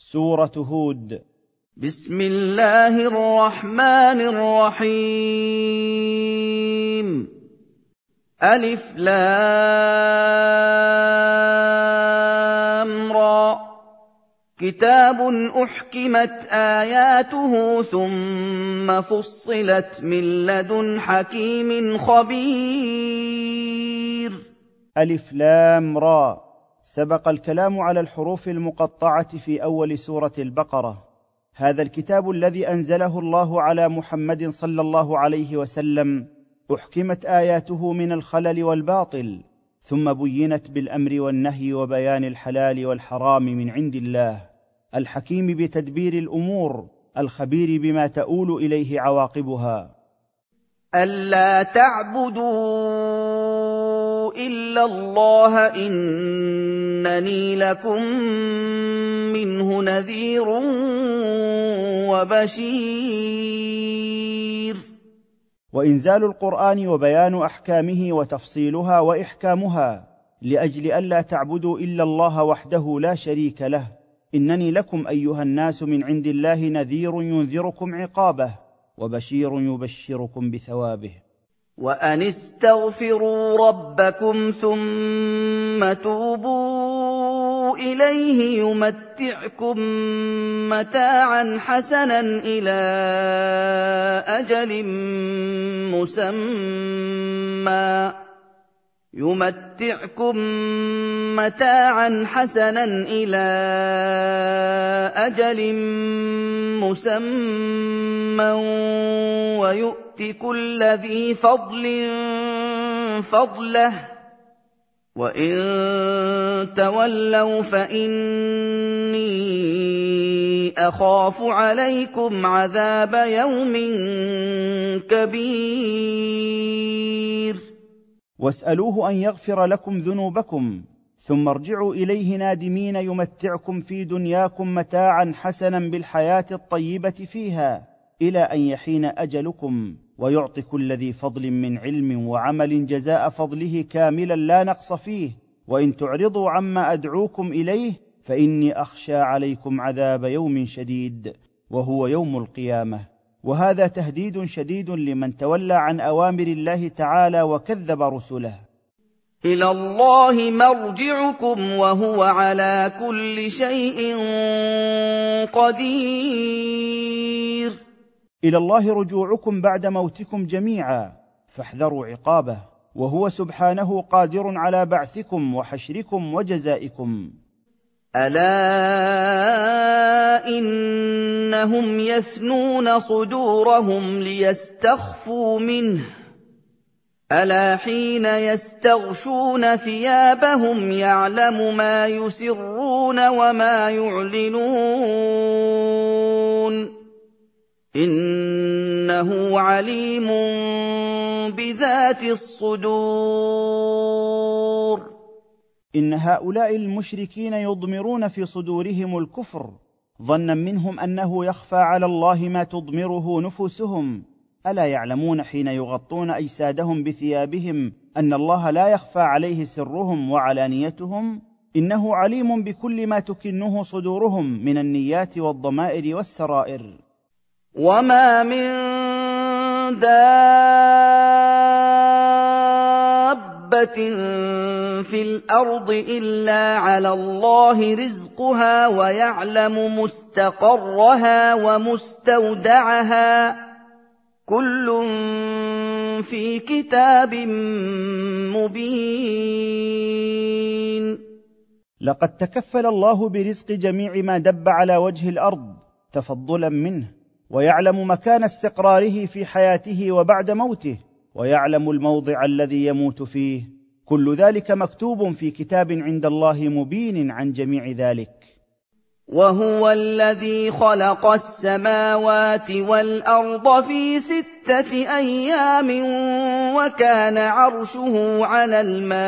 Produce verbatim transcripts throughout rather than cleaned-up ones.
سورة هود. بسم الله الرحمن الرحيم. ألف لام را. كتاب أحكمت آياته ثم فصلت من لدن حكيم خبير. ألف لام را. سبق الكلام على الحروف المقطعة في أول سورة البقرة. هذا الكتاب الذي أنزله الله على محمد صلى الله عليه وسلم أحكمت آياته من الخلل والباطل، ثم بينت بالأمر والنهي وبيان الحلال والحرام من عند الله الحكيم بتدبير الأمور الخبير بما تؤول إليه عواقبها. ألا تعبدوا إلا الله إنني لكم منه نذير وبشير. وإنزال القرآن وبيان أحكامه وتفصيلها وإحكامها لأجل ألا تعبدوا إلا الله وحده لا شريك له. إنني لكم أيها الناس من عند الله نذير ينذركم عقابه وبشير يبشركم بثوابه. وأن استغفروا ربكم ثم توبوا إليه يمتعكم متاعا حسنا إلى أجل مسمى يمتعكم متاعا حسنا إلى أجل مسمى ويؤت كل ذي فضل فضله وإن تولوا فإني أخاف عليكم عذاب يوم كبير. واسألوه أن يغفر لكم ذنوبكم ثم ارجعوا إليه نادمين يمتعكم في دنياكم متاعا حسنا بالحياة الطيبة فيها إلى أن يحين أجلكم ويعطي كل ذي فضل من علم وعمل جزاء فضله كاملا لا نقص فيه. وإن تعرضوا عما أدعوكم إليه فإني أخشى عليكم عذاب يوم شديد وهو يوم القيامة. وهذا تهديد شديد لمن تولى عن أوامر الله تعالى وكذب رسله. إلى الله مرجعكم وهو على كل شيء قدير. إلى الله رجوعكم بعد موتكم جميعا فاحذروا عقابه، وهو سبحانه قادر على بعثكم وحشركم وجزائكم. ألا إنهم يثنون صدورهم ليستخفوا منه ألا حين يستغشون ثيابهم يعلم ما يسرون وما يعلنون إنه عليم بذات الصدور. إن هؤلاء المشركين يضمرون في صدورهم الكفر ظنا منهم أنه يخفى على الله ما تضمره نفوسهم. ألا يعلمون حين يغطون أجسادهم بثيابهم أن الله لا يخفى عليه سرهم وعلانيتهم؟ إنه عليم بكل ما تكنه صدورهم من النيات والضمائر والسرائر. وما من دابة في الأرض إلا على الله رزقها ويعلم مستقرها ومستودعها كل في كتاب مبين. لقد تكفل الله برزق جميع ما دب على وجه الأرض تفضلا منه، ويعلم مكان استقراره في حياته وبعد موته، ويعلم الموضع الذي يموت فيه. كل ذلك مكتوب في كتاب عند الله مبين عن جميع ذلك. وهو الذي خلق السماوات والأرض في ستة أيام وكان عرشه على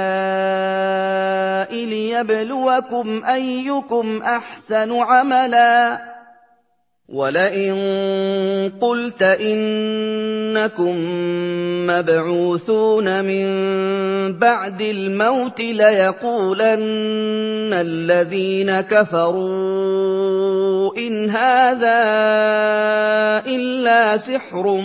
الماء ليبلوكم أيكم أحسن عملا ولئن قلت إنكم مبعوثون من بعد الموت ليقولن الذين كفروا قَالُوا إِنْ هَٰذَا إِلَّا سِحْرٌ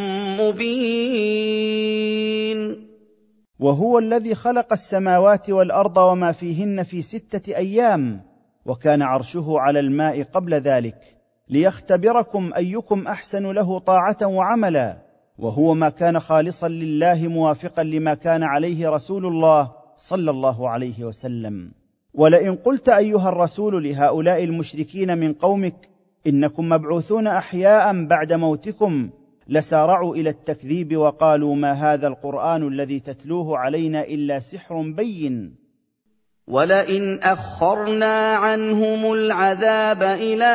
مُّبِينٌ. وهو الذي خلق السماوات والأرض وما فيهن في ستة أيام، وكان عرشه على الماء قبل ذلك، ليختبركم أيكم أحسن له طاعة وعملا، وهو ما كان خالصا لله موافقا لما كان عليه رسول الله صلى الله عليه وسلم. ولئن قلت أيها الرسول لهؤلاء المشركين من قومك إنكم مبعوثون أحياء بعد موتكم، لسارعوا إلى التكذيب وقالوا ما هذا القرآن الذي تتلوه علينا إلا سحر بين. وَلَئِنْ أَخَّرْنَا عَنْهُمُ الْعَذَابَ إِلَىٰ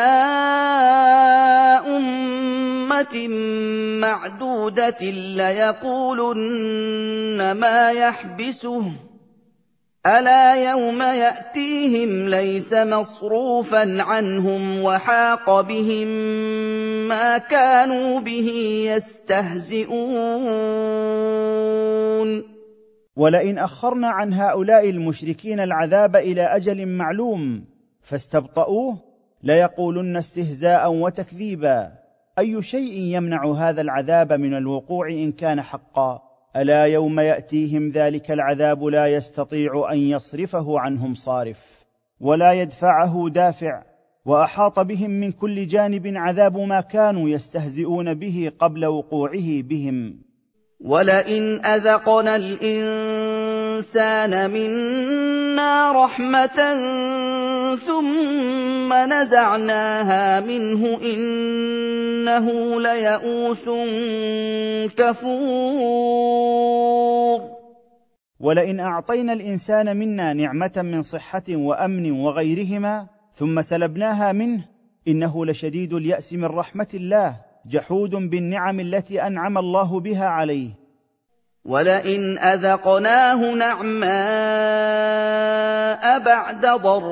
أُمَّةٍ مَّعْدُودَةٍ لَّيَقُولُنَّ مَا يَحْبِسُهُ ۗ أَلَا يَوْمَ يَأْتِيهِمْ لَيْسَ مَصْرُوفًا عَنْهُمْ وَحَاقَ بِهِم مَّا كَانُوا بِهِ يَسْتَهْزِئُونَ. ولئن أخرنا عن هؤلاء المشركين العذاب إلى أجل معلوم فاستبطؤوه ليقولن استهزاء وتكذيبا أي شيء يمنع هذا العذاب من الوقوع إن كان حقا؟ ألا يوم يأتيهم ذلك العذاب لا يستطيع أن يصرفه عنهم صارف ولا يدفعه دافع، وأحاط بهم من كل جانب عذاب ما كانوا يستهزئون به قبل وقوعه بهم. وَلَئِنْ أَذَقْنَا الْإِنسَانَ مِنَّا رَحْمَةً ثُمَّ نَزَعْنَاهَا مِنْهُ إِنَّهُ لَيَئُوسٌ كَفُورٌ. ولئن أعطينا الإنسان منا نعمة من صحة وأمن وغيرهما ثم سلبناها منه إنه لشديد اليأس من رحمة الله، جحود بالنعم التي أنعم الله بها عليه. وَلَئِنْ أَذَقْنَاهُ نَعْمَاءَ بَعْدَ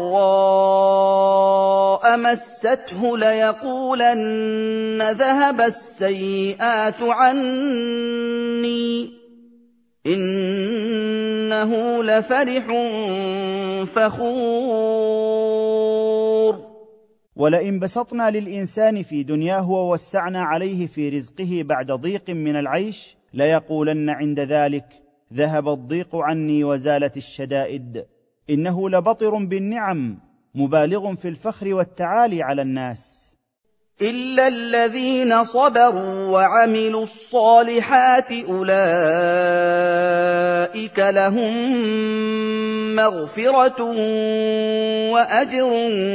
ضَرَّاءَ مَسَّتْهُ لَيَقُولَنَّ ذَهَبَ السَّيِّئَاتُ عَنِّي إِنَّهُ لَفَرِحٌ فَخُورٌ. ولئن بسطنا للإنسان في دنياه ووسعنا عليه في رزقه بعد ضيق من العيش ليقولن عند ذلك ذهب الضيق عني وزالت الشدائد إنه لبطر بالنعم مبالغ في الفخر والتعالي على الناس. إِلَّا الَّذِينَ صَبَرُوا وَعَمِلُوا الصَّالِحَاتِ أُولَٰئِكَ لَهُم مَّغْفِرَةٌ وَأَجْرٌ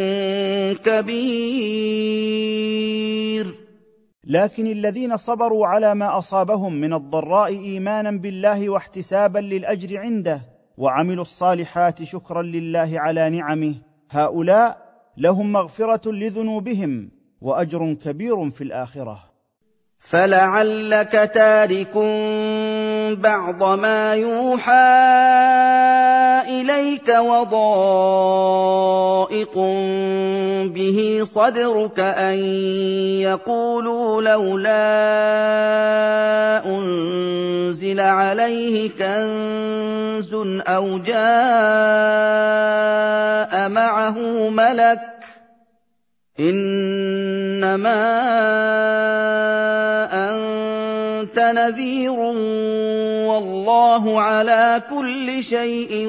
كَبِيرٌ. لكن الذين صبروا على ما أصابهم من الضراء إيمانا بالله واحتسابا للأجر عنده وعملوا الصالحات شكرا لله على نعمه، هؤلاء لهم مغفرة لذنوبهم وأجر كبير في الآخرة. فَلَعَلَّكَ تَارِكٌ بَعْضَ مَا يُوحَىٰ إِلَيْكَ وَضَائِقٌ بِهِ صَدْرُكَ أَن يَقُولُوا لَوْلَا أُنزِلَ عَلَيْهِ كَنزٌ أَوْ جَاءَ مَعَهُ مَلَكٌ ۚ إِنَّمَا أَنتَ نَذِيرٌ وَاللَّهُ عَلَىٰ كُلِّ شَيْءٍ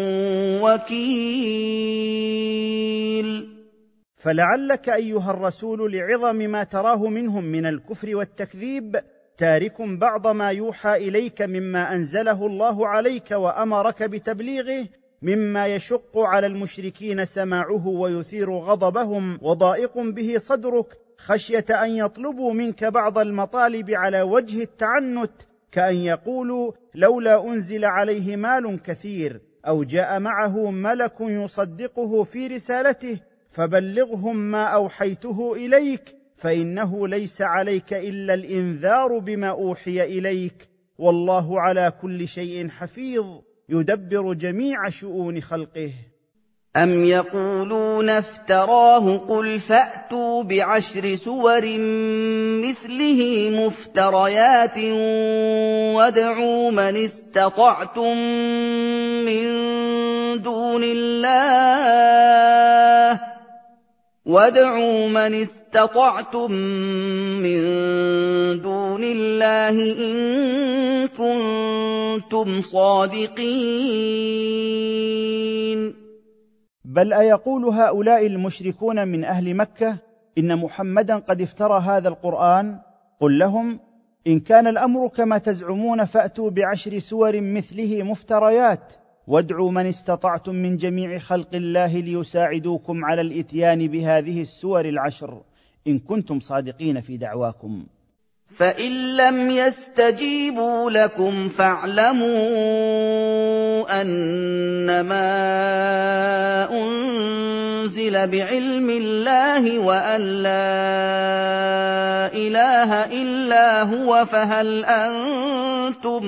وَكِيلٌ. فلعلك أيها الرسول لعظم ما تراه منهم من الكفر والتكذيب تارك بعض ما يوحى إليك مما أنزله الله عليك وأمرك بتبليغه، مما يشق على المشركين سماعه ويثير غضبهم، وضائق به صدرك خشية أن يطلبوا منك بعض المطالب على وجه التعنت، كأن يقولوا لولا أنزل عليه مال كثير أو جاء معه ملك يصدقه في رسالته، فبلغهم ما أوحيته إليك، فإنه ليس عليك إلا الإنذار بما أوحي إليك، والله على كل شيء حفيظ يدبر جميع شؤون خلقه. أَمْ يَقُولُونَ افْتَرَاهُ قُلْ فَأْتُوا بِعَشْرِ سُوَرٍ مِّثْلِهِ مُفْتَرَيَاتٍ وَادْعُوا مَنِ اسْتَطَعْتُم مِّن دُونِ اللَّهِ وَادْعُوا مَنِ اسْتَطَعْتُم مِّن دُونِ اللَّهِ إِن كُنتُمْ صَادِقِينَ. بل أيقول هؤلاء المشركون من أهل مكة إن محمدًا قد افترى هذا القرآن؟ قل لهم: إن كان الأمر كما تزعمون فأتوا بعشر سور مثله مفتريات، وادعوا من استطعتم من جميع خلق الله ليساعدوكم على الإتيان بهذه السور العشر إن كنتم صادقين في دعواكم. فإن لم يستجيبوا لكم فاعلموا أنما أنزل بعلم الله وأن لا إله إلا هو فهل أنتم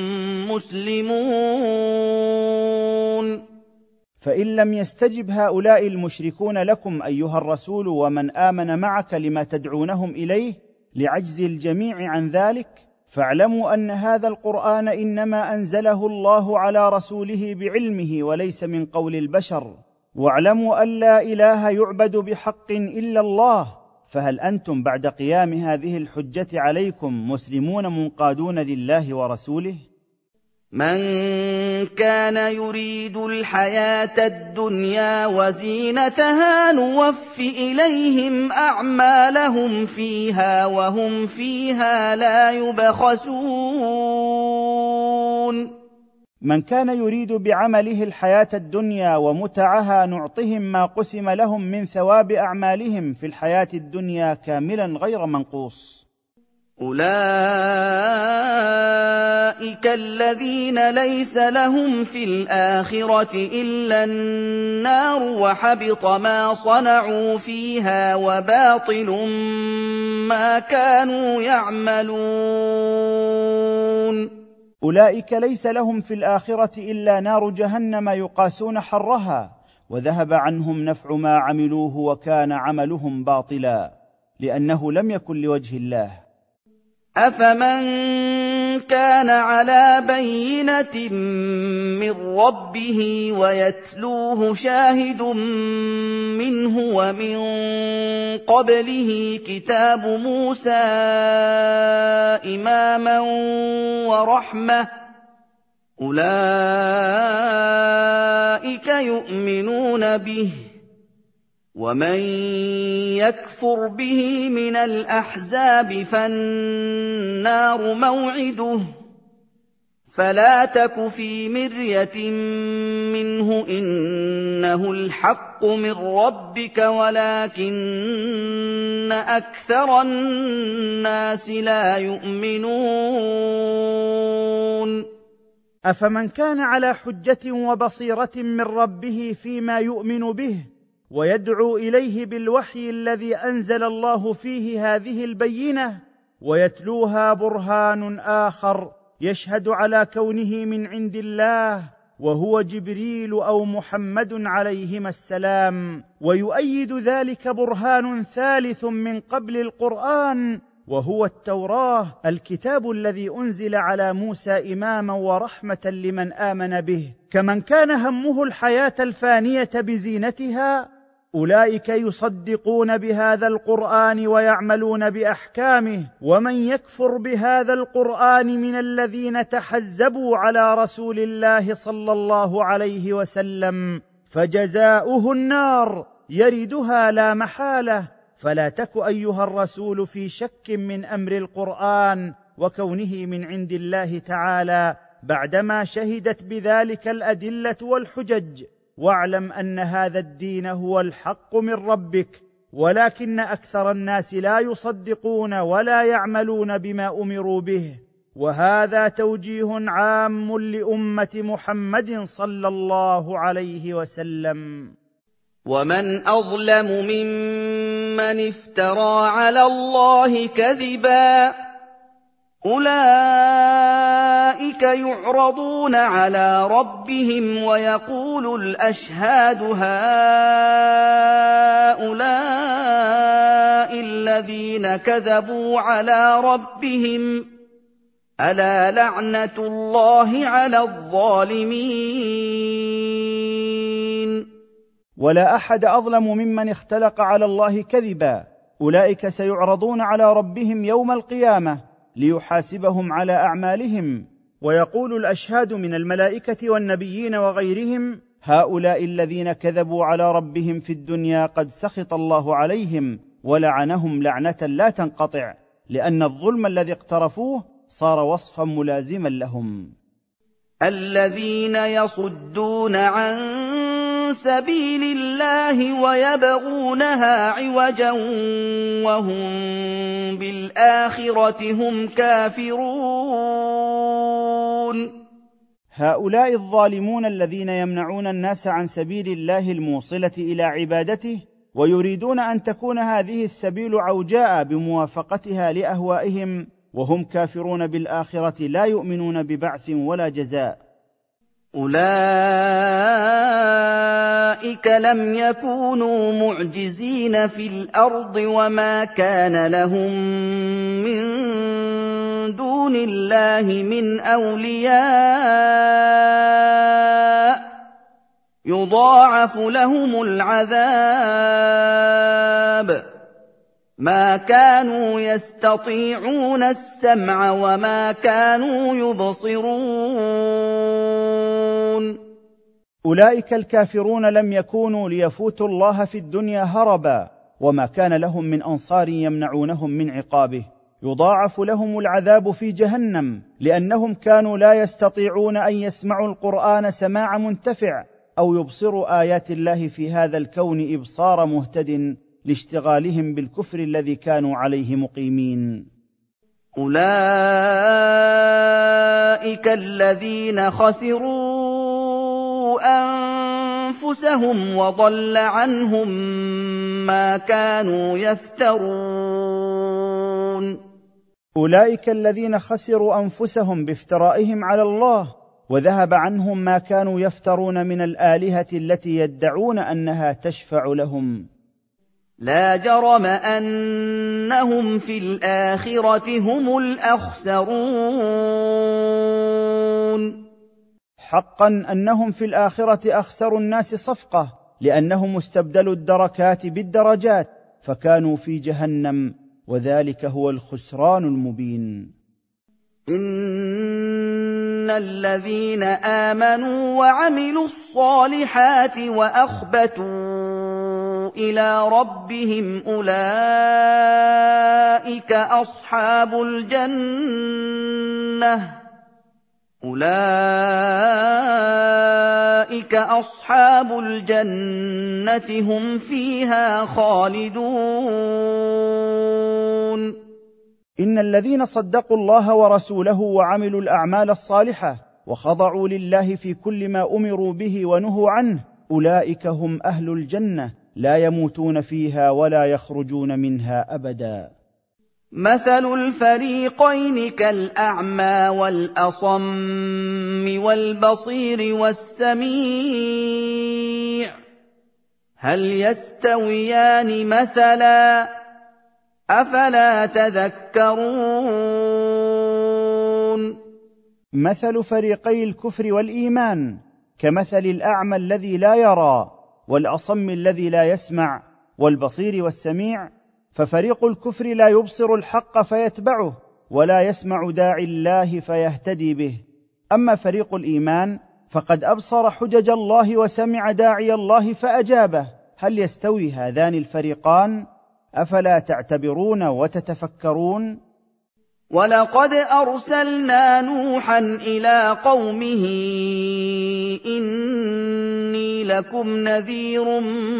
مسلمون. فإن لم يستجب هؤلاء المشركون لكم أيها الرسول ومن آمن معك لما تدعونهم إليه لعجز الجميع عن ذلك، فاعلموا أن هذا القرآن إنما أنزله الله على رسوله بعلمه وليس من قول البشر، واعلموا أن لا إله يعبد بحق إلا الله. فهل أنتم بعد قيام هذه الحجة عليكم مسلمون منقادون لله ورسوله؟ من كان يريد الحياة الدنيا وزينتها نوف إليهم أعمالهم فيها وهم فيها لا يبخسون. من كان يريد بعمله الحياة الدنيا ومتعها نعطهم ما قسم لهم من ثواب أعمالهم في الحياة الدنيا كاملا غير منقوص. أولئك الذين ليس لهم في الآخرة إلا النار وحبط ما صنعوا فيها وباطل ما كانوا يعملون. أولئك ليس لهم في الآخرة إلا نار جهنم يقاسون حرها، وذهب عنهم نفع ما عملوه وكان عملهم باطلا لأنه لم يكن لوجه الله. أفمن كان على بينة من ربه ويتلوه شاهد منه ومن قبله كتاب موسى إماما ورحمة أولئك يؤمنون به، ومن يكفر به من الأحزاب فالنار موعده، فلا تك في مرية منه إنه الحق من ربك ولكن أكثر الناس لا يؤمنون. أفمن كان على حجة وبصيرة من ربه فيما يؤمن به ويدعو إليه بالوحي الذي أنزل الله فيه هذه البينة ويتلوها برهان آخر يشهد على كونه من عند الله وهو جبريل أو محمد عليهما السلام، ويؤيد ذلك برهان ثالث من قبل القرآن وهو التوراة الكتاب الذي أنزل على موسى إماما ورحمة لمن آمن به. كمن كان همه الحياة الفانية بزينتها أولئك يصدقون بهذا القرآن ويعملون بأحكامه، ومن يكفر بهذا القرآن من الذين تحزبوا على رسول الله صلى الله عليه وسلم فجزاؤه النار يردها لا محالة. فلا تك أيها الرسول في شك من أمر القرآن وكونه من عند الله تعالى بعدما شهدت بذلك الأدلة والحجج، واعلم أن هذا الدين هو الحق من ربك، ولكن أكثر الناس لا يصدقون ولا يعملون بما أمروا به. وهذا توجيه عام لأمة محمد صلى الله عليه وسلم. ومن أظلم ممن افترى على الله كذبا أولئك يعرضون على ربهم ويقول الأشهاد هؤلاء الذين كذبوا على ربهم ألا لعنة الله على الظالمين. ولا احد اظلم ممن اختلق على الله كذبا. اولئك سيعرضون على ربهم يوم القيامه ليحاسبهم على اعمالهم، ويقول الاشهاد من الملائكه والنبيين وغيرهم: هؤلاء الذين كذبوا على ربهم في الدنيا قد سخط الله عليهم ولعنهم لعنه لا تنقطع، لان الظلم الذي اقترفوه صار وصفا ملازما لهم. الذين يصدون عن سبيل الله ويبغونها عوجا وهم بالآخرة هم كافرون. هؤلاء الظالمون الذين يمنعون الناس عن سبيل الله الموصلة إلى عبادته، ويريدون أن تكون هذه السبيل عوجاء بموافقتها لأهوائهم، وهم كافرون بالآخرة لا يؤمنون ببعث ولا جزاء. أولئك لم يكونوا معجزين في الأرض وما كان لهم من دون الله من أولياء يضاعف لهم العذاب ما كانوا يستطيعون السمع وما كانوا يبصرون. أولئك الكافرون لم يكونوا ليفوتوا الله في الدنيا هربا، وما كان لهم من أنصار يمنعونهم من عقابه. يضاعف لهم العذاب في جهنم لأنهم كانوا لا يستطيعون أن يسمعوا القرآن سماع منتفع، أو يبصروا آيات الله في هذا الكون إبصار مهتد لاشتغالهم بالكفر الذي كانوا عليه مقيمين. أولئك الذين خسروا أنفسهم وضل عنهم ما كانوا يفترون. أولئك الذين خسروا أنفسهم بافترائهم على الله، وذهب عنهم ما كانوا يفترون من الآلهة التي يدعون أنها تشفع لهم. لا جرم أنهم في الآخرة هم الأخسرون. حقا أنهم في الآخرة أخسر الناس صفقة، لأنهم استبدلوا الدركات بالدرجات فكانوا في جهنم، وذلك هو الخسران المبين. إن الذين آمنوا وعملوا الصالحات وأخبتوا إلى ربهم أولئك أصحاب الجنة أولئك أصحاب الجنة هم فيها خالدون. إن الذين صدقوا الله ورسوله وعملوا الأعمال الصالحة وخضعوا لله في كل ما أمروا به ونهوا عنه، أولئك هم أهل الجنة لا يموتون فيها ولا يخرجون منها أبدا. مثل الفريقين كالأعمى والأصم والبصير والسميع هل يستويان مثلا أفلا تذكرون. مثل فريقي الكفر والإيمان كمثل الأعمى الذي لا يرى، والأصم الذي لا يسمع، والبصير والسميع. ففريق الكفر لا يبصر الحق فيتبعه، ولا يسمع داعي الله فيهتدي به. أما فريق الإيمان فقد أبصر حجج الله وسمع داعي الله فأجابه. هل يستوي هذان الفريقان؟ أفلا تعتبرون وتتفكرون؟ ولقد أرسلنا نوحا إلى قومه إني لكم نذير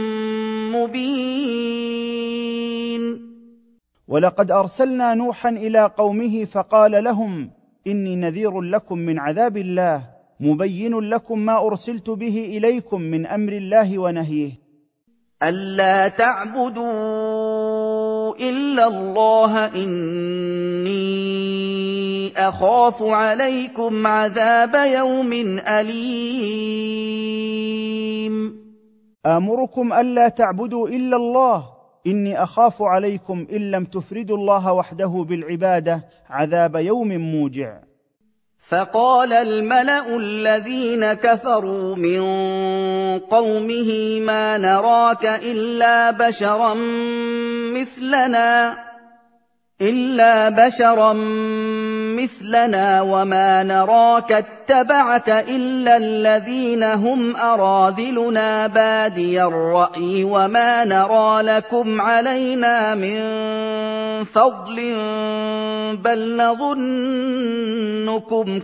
مبين. ولقد أرسلنا نوحا إلى قومه فقال لهم إني نذير لكم من عذاب الله مبين لكم ما أرسلت به إليكم من أمر الله ونهيه. ألا تعبدوا إلا الله إني أخاف عليكم عذاب يوم أليم. آمركم ألا تعبدوا إلا الله إني أخاف عليكم إن لم تفردوا الله وحده بالعبادة عذاب يوم موجع. فقال الملأ الذين كفروا من قومه ما نراك إلا بشرا مثلنا إلا بشرا مثلنا وما نراك اتبعك إلا الذين هم أراذلنا بادي الرأي وما نرى لكم علينا من فضل بل نظنكم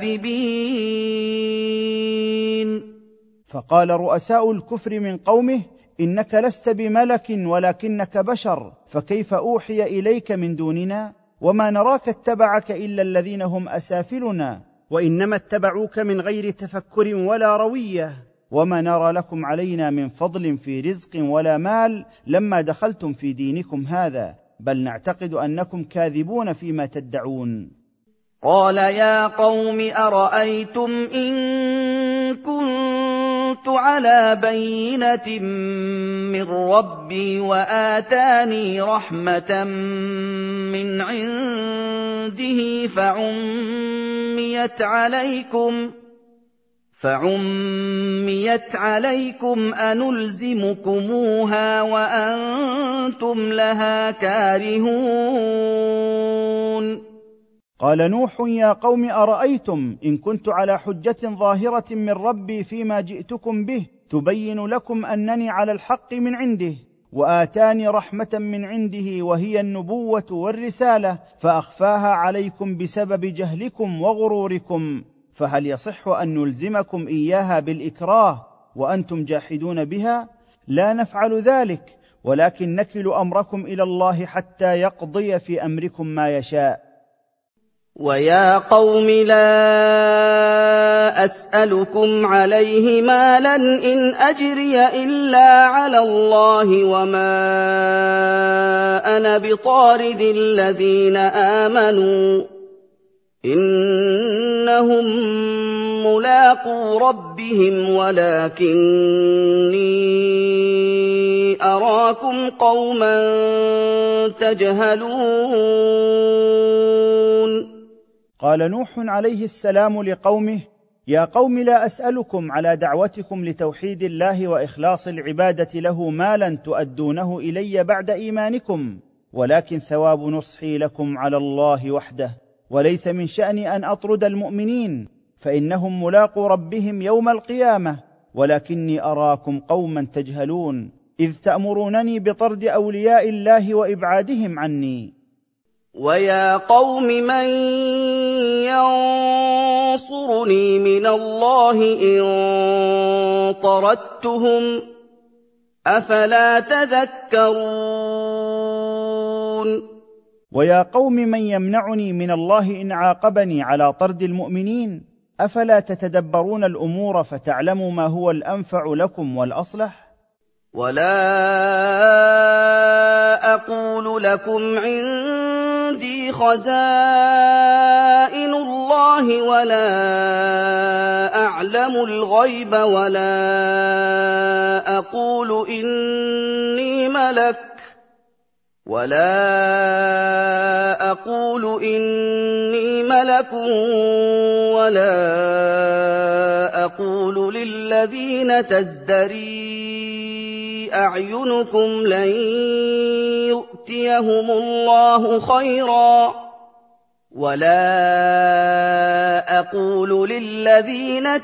كاذبين. فقال رؤساء الكفر من قومه: إنك لست بملك ولكنك بشر، فكيف أوحي إليك من دوننا؟ وما نراك اتبعك إلا الذين هم أسافلنا، وإنما اتبعوك من غير تفكر ولا روية، وما نرى لكم علينا من فضل في رزق ولا مال لما دخلتم في دينكم هذا، بل نعتقد أنكم كاذبون فيما تدعون. قال يا قوم أرأيتم إن كنت على بينة من ربي وآتاني رحمة من عنده فعميت عليكم فعميت عليكم أنلزمكموها وأنتم لها كارهون. قال نوح: يا قوم أرأيتم إن كنت على حجة ظاهرة من ربي فيما جئتكم به تبين لكم أنني على الحق من عنده، وآتاني رحمة من عنده وهي النبوة والرسالة، فأخفاها عليكم بسبب جهلكم وغروركم، فهل يصح أن نلزمكم إياها بالإكراه وأنتم جاحدون بها؟ لا نفعل ذلك، ولكن نكل أمركم إلى الله حتى يقضي في أمركم ما يشاء. ويا قوم لا أسألكم عليه مالا إن أجري إلا على الله وما أنا بطارد الذين آمنوا إنهم ملاقو ربهم ولكني أراكم قوما تجهلون. قال نوح عليه السلام لقومه: يا قوم لا أسألكم على دعوتكم لتوحيد الله وإخلاص العبادة له مالا تؤدونه إلي بعد إيمانكم، ولكن ثواب نصحي لكم على الله وحده، وليس من شأني أن أطرد المؤمنين، فإنهم ملاقو ربهم يوم القيامة، ولكني أراكم قوما تجهلون، إذ تأمرونني بطرد أولياء الله وإبعادهم عني. ويا قوم من ينصرني من الله إن طردتهم أفلا تذكرون. ويا قوم من يمنعني من الله إن عاقبني على طرد المؤمنين أفلا تتدبرون الأمور فتعلموا ما هو الأنفع لكم والأصلح. ولا أقول لكم عندي خزائن الله ولا أعلم الغيب ولا أقول إني ملك ولا أقول إني ملك ولا أقول للذين تزدري أعينكم لن يؤتيهم الله خيرا ولا أقول للذين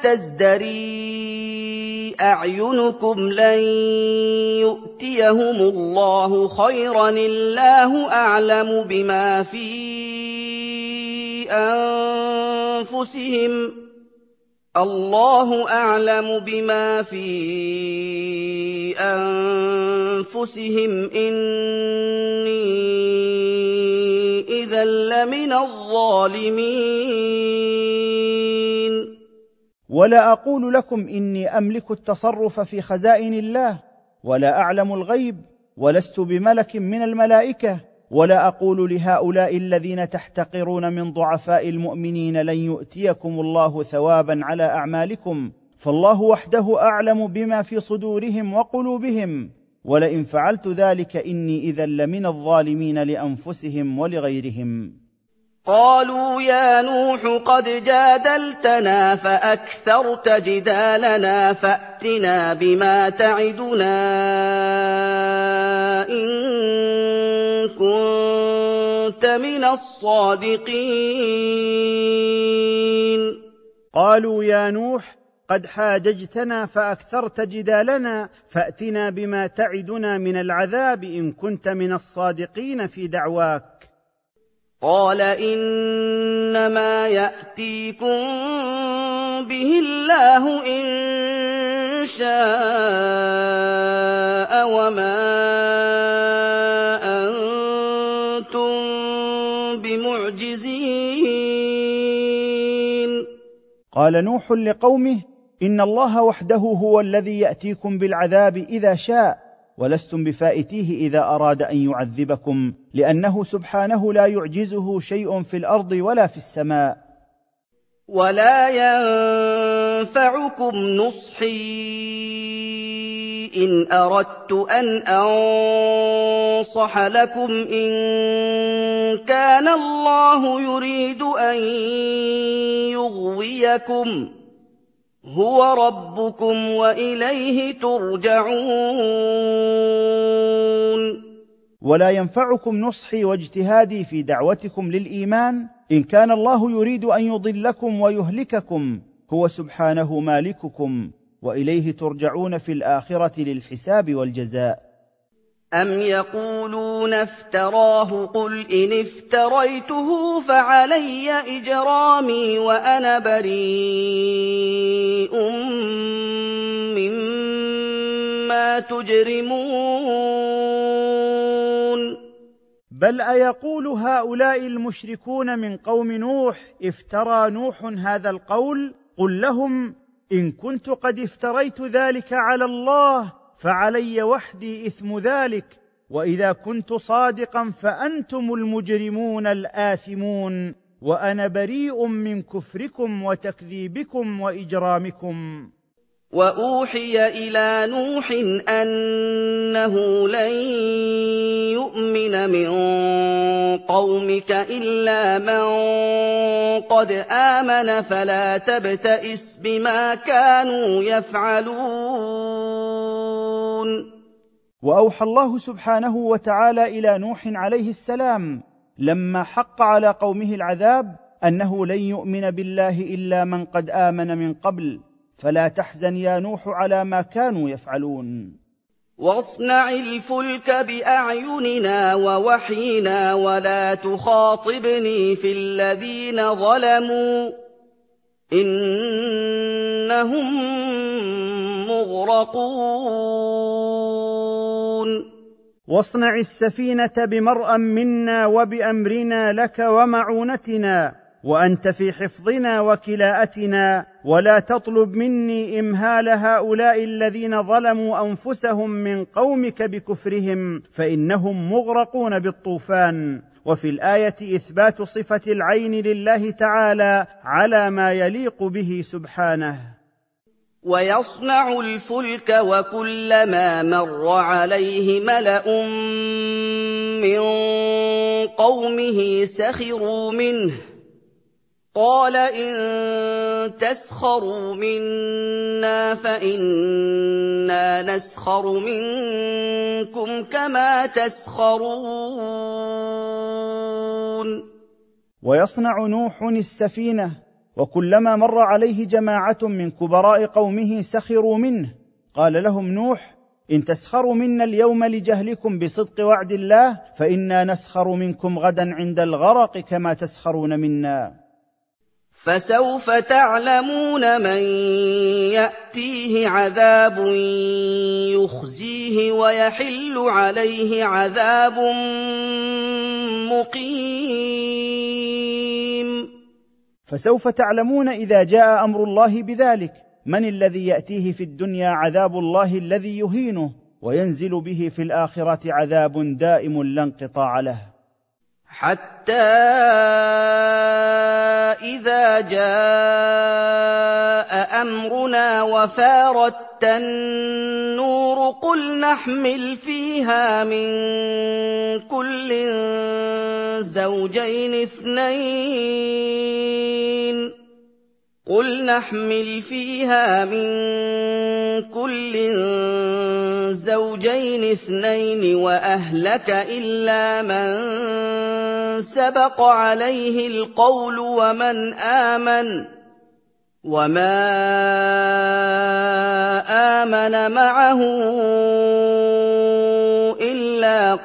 تزدري أعينكم لن يؤتيهم الله خيرا الله أعلم بما في أنفسهم الله أعلم بما في أنفسهم إني إذا لمن الظالمين. ولا أقول لكم إني أملك التصرف في خزائن الله ولا أعلم الغيب ولست بملك من الملائكة، ولا أقول لهؤلاء الذين تحتقرون من ضعفاء المؤمنين لن يؤتيكم الله ثوابا على أعمالكم، فالله وحده أعلم بما في صدورهم وقلوبهم، ولئن فعلت ذلك إني إذا لمن الظالمين لأنفسهم ولغيرهم. قَالُوا يَا نُوحُ قَدْ جَادَلْتَنَا فَأَكْثَرْتَ جِدَالَنَا فَأْتِنَا بِمَا تَعِدُنَا إِن كُنتَ مِنَ الصَّادِقِينَ قالوا يا نوح قد حاججتنا فأكثرت جدالنا فأتنا بما تعدنا من العذاب إن كنت من الصادقين في دعواك. قَالَ إِنَّمَا يَأْتِيكُم بِهِ اللَّهُ إِن شَاءَ وَمَا أَنتُم بِمُعْجِزِينَ. قال نوح لقومه إن الله وحده هو الذي يأتيكم بالعذاب إذا شاء، ولستم بفائتيه إذا أراد أن يعذبكم، لأنه سبحانه لا يعجزه شيء في الأرض ولا في السماء. ولا ينفعكم نصحي إن أردت أن أنصح لكم إن كان الله يريد أن يغويكم هو ربكم وإليه ترجعون. ولا ينفعكم نصحي واجتهادي في دعوتكم للإيمان إن كان الله يريد أن يضلكم ويهلككم، هو سبحانه مالككم وإليه ترجعون في الآخرة للحساب والجزاء. أَمْ يَقُولُونَ افْتَرَاهُ قُلْ إِنِ افْتَرَيْتُهُ فَعَلَيَّ إِجْرَامِي وَأَنَا بَرِيءٌ مِّمَّا تُجْرِمُونَ. بل أيقول هؤلاء المشركون من قوم نوح افترى نوح هذا القول؟ قل لهم إن كنت قد افتريت ذلك على الله فعلي وحدي إثم ذلك، وإذا كنت صادقا فأنتم المجرمون الآثمون، وأنا بريء من كفركم وتكذيبكم وإجرامكم. وأوحي إلى نوح أنه لن يؤمن من قومك إلا من قد آمن فلا تبتئس بما كانوا يفعلون. وأوحى الله سبحانه وتعالى إلى نوح عليه السلام لما حق على قومه العذاب أنه لن يؤمن بالله إلا من قد آمن من قبل، فلا تحزن يا نوح على ما كانوا يفعلون. واصنع الفلك بأعيننا ووحينا ولا تخاطبني في الذين ظلموا إنهم مغرقون. واصنع السفينة بمرأ منا وبأمرنا لك ومعونتنا، وأنت في حفظنا وكلاءتنا، ولا تطلب مني إمهال هؤلاء الذين ظلموا أنفسهم من قومك بكفرهم، فإنهم مغرقون بالطوفان. وفي الآية إثبات صفة العين لله تعالى على ما يليق به سبحانه. ويصنع الفلك وكلما مر عليه ملأ من قومه سخروا منه قال إن تسخروا منا فإنا نسخر منكم كما تسخرون. ويصنع نوح السفينة وكلما مر عليه جماعة من كبراء قومه سخروا منه، قال لهم نوح إن تسخروا منا اليوم لجهلكم بصدق وعد الله فإنا نسخر منكم غدا عند الغرق كما تسخرون منا. فسوف تعلمون من يأتيه عذاب يخزيه ويحل عليه عذاب مقيم. فسوف تعلمون إذا جاء أمر الله بذلك من الذي يأتيه في الدنيا عذاب الله الذي يهينه، وينزل به في الآخرة عذاب دائم لا انقطاع له. حتى إذا جاء أمرنا وفارت النور قل نحمل فيها من كل زوجين اثنين قل نحمل فيها من كل زوجين اثنين وأهلك إلا من سبق عليه القول ومن آمن وما آمن معه إلا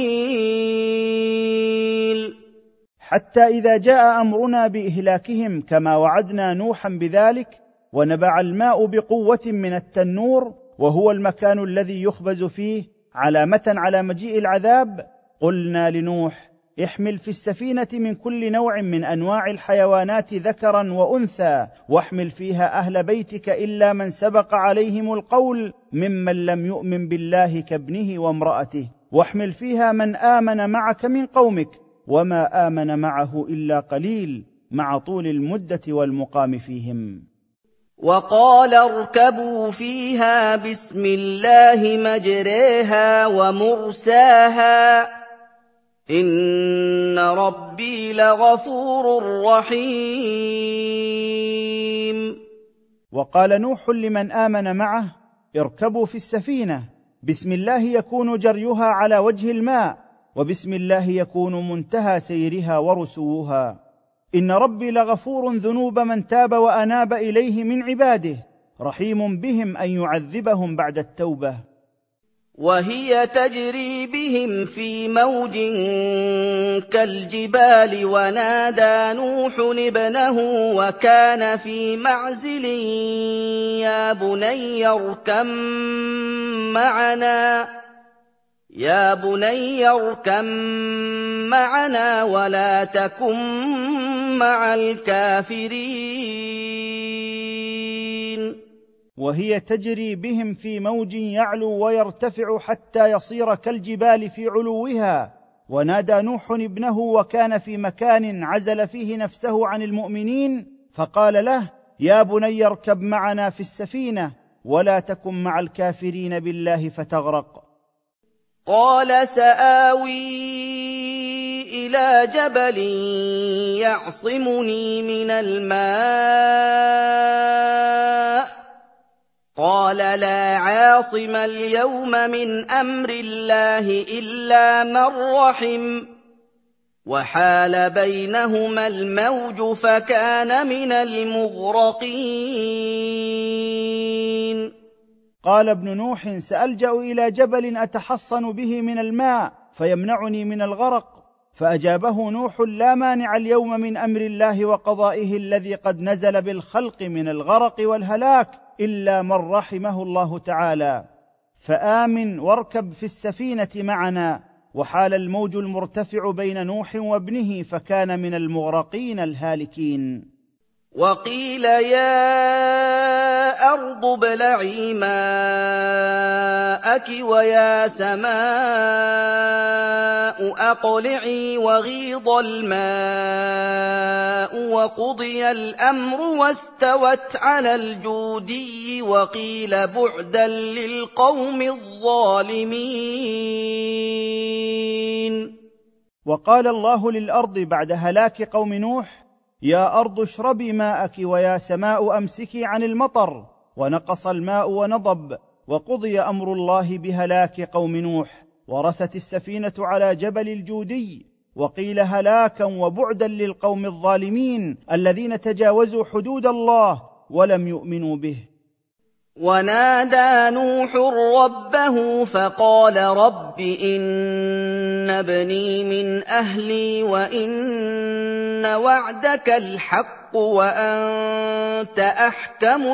قليل. حتى إذا جاء أمرنا بإهلاكهم كما وعدنا نوحا بذلك ونبع الماء بقوة من التنور وهو المكان الذي يخبز فيه علامة على مجيء العذاب، قلنا لنوح: احمل في السفينة من كل نوع من أنواع الحيوانات ذكرا وأنثى واحمل فيها أهل بيتك إلا من سبق عليهم القول ممن لم يؤمن بالله كابنه وامرأته، واحمل فيها من آمن معك من قومك وما آمن معه إلا قليل مع طول المدة والمقام فيهم. وقال اركبوا فيها بسم الله مجريها ومرساها إن ربي لغفور رحيم. وقال نوح لمن آمن معه: اركبوا في السفينة، بسم الله يكون جريها على وجه الماء، وبسم الله يكون منتهى سيرها ورسوها. إن ربي لغفور ذنوب من تاب وأناب إليه من عباده، رحيم بهم أن يعذبهم بعد التوبة. وهي تجري بهم في موج كالجبال ونادى نوح ابنه وكان في معزل يا بني اركب معنا يا بني اركب معنا ولا تكن مع الكافرين. وهي تجري بهم في موج يعلو ويرتفع حتى يصير كالجبال في علوها. ونادى نوح ابنه وكان في مكان عزل فيه نفسه عن المؤمنين، فقال له: يا بني اركب معنا في السفينة ولا تكن مع الكافرين بالله فتغرق. قال سآوي إلى جبل يعصمني من الماء قال لا عاصم اليوم من أمر الله إلا من رحم وحال بينهما الموج فكان من المغرقين. قال ابن نوح: سألجأ إلى جبل أتحصن به من الماء فيمنعني من الغرق. فأجابه نوح: لا مانع اليوم من أمر الله وقضائه الذي قد نزل بالخلق من الغرق والهلاك إلا من رحمه الله تعالى، فآمن واركب في السفينة معنا. وحال الموج المرتفع بين نوح وابنه فكان من المغرقين الهالكين. وقيل يا أرض ابلعي ماءك ويا سماء أقلعي وغيض الماء وقضي الأمر واستوت على الجودي وقيل بعدا للقوم الظالمين. وقال الله للأرض بعد هلاك قوم نوح: يا أرض اشربي ماءك ويا سماء أمسكي عن المطر. ونقص الماء ونضب، وقضي أمر الله بهلاك قوم نوح، ورست السفينة على جبل الجودي. وقيل هلاكا وبعدا للقوم الظالمين الذين تجاوزوا حدود الله ولم يؤمنوا به. ونادى نوح ربه فقال رب إن ابني من أهلي وإن وعدك الحق وأنت أحكم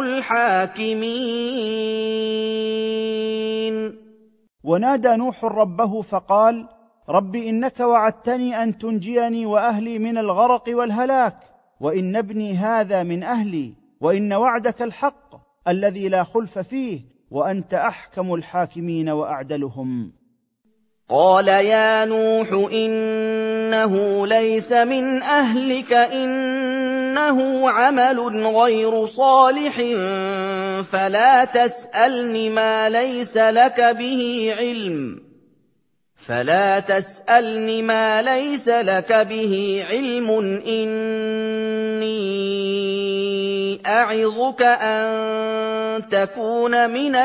الحاكمين. ونادى نوح ربه فقال: رب إنك وعدتني أن تنجيني وأهلي من الغرق والهلاك، وإن ابني هذا من أهلي، وإن وعدك الحق الذي لا خلف فيه، وأنت أحكم الحاكمين وأعدلهم. قال يا نوح إنه ليس من أهلك إنه عمل غير صالح فلا تسألني ما ليس لك به علم فلا تسألني ما ليس لك به علم إني أعظك أن تكون من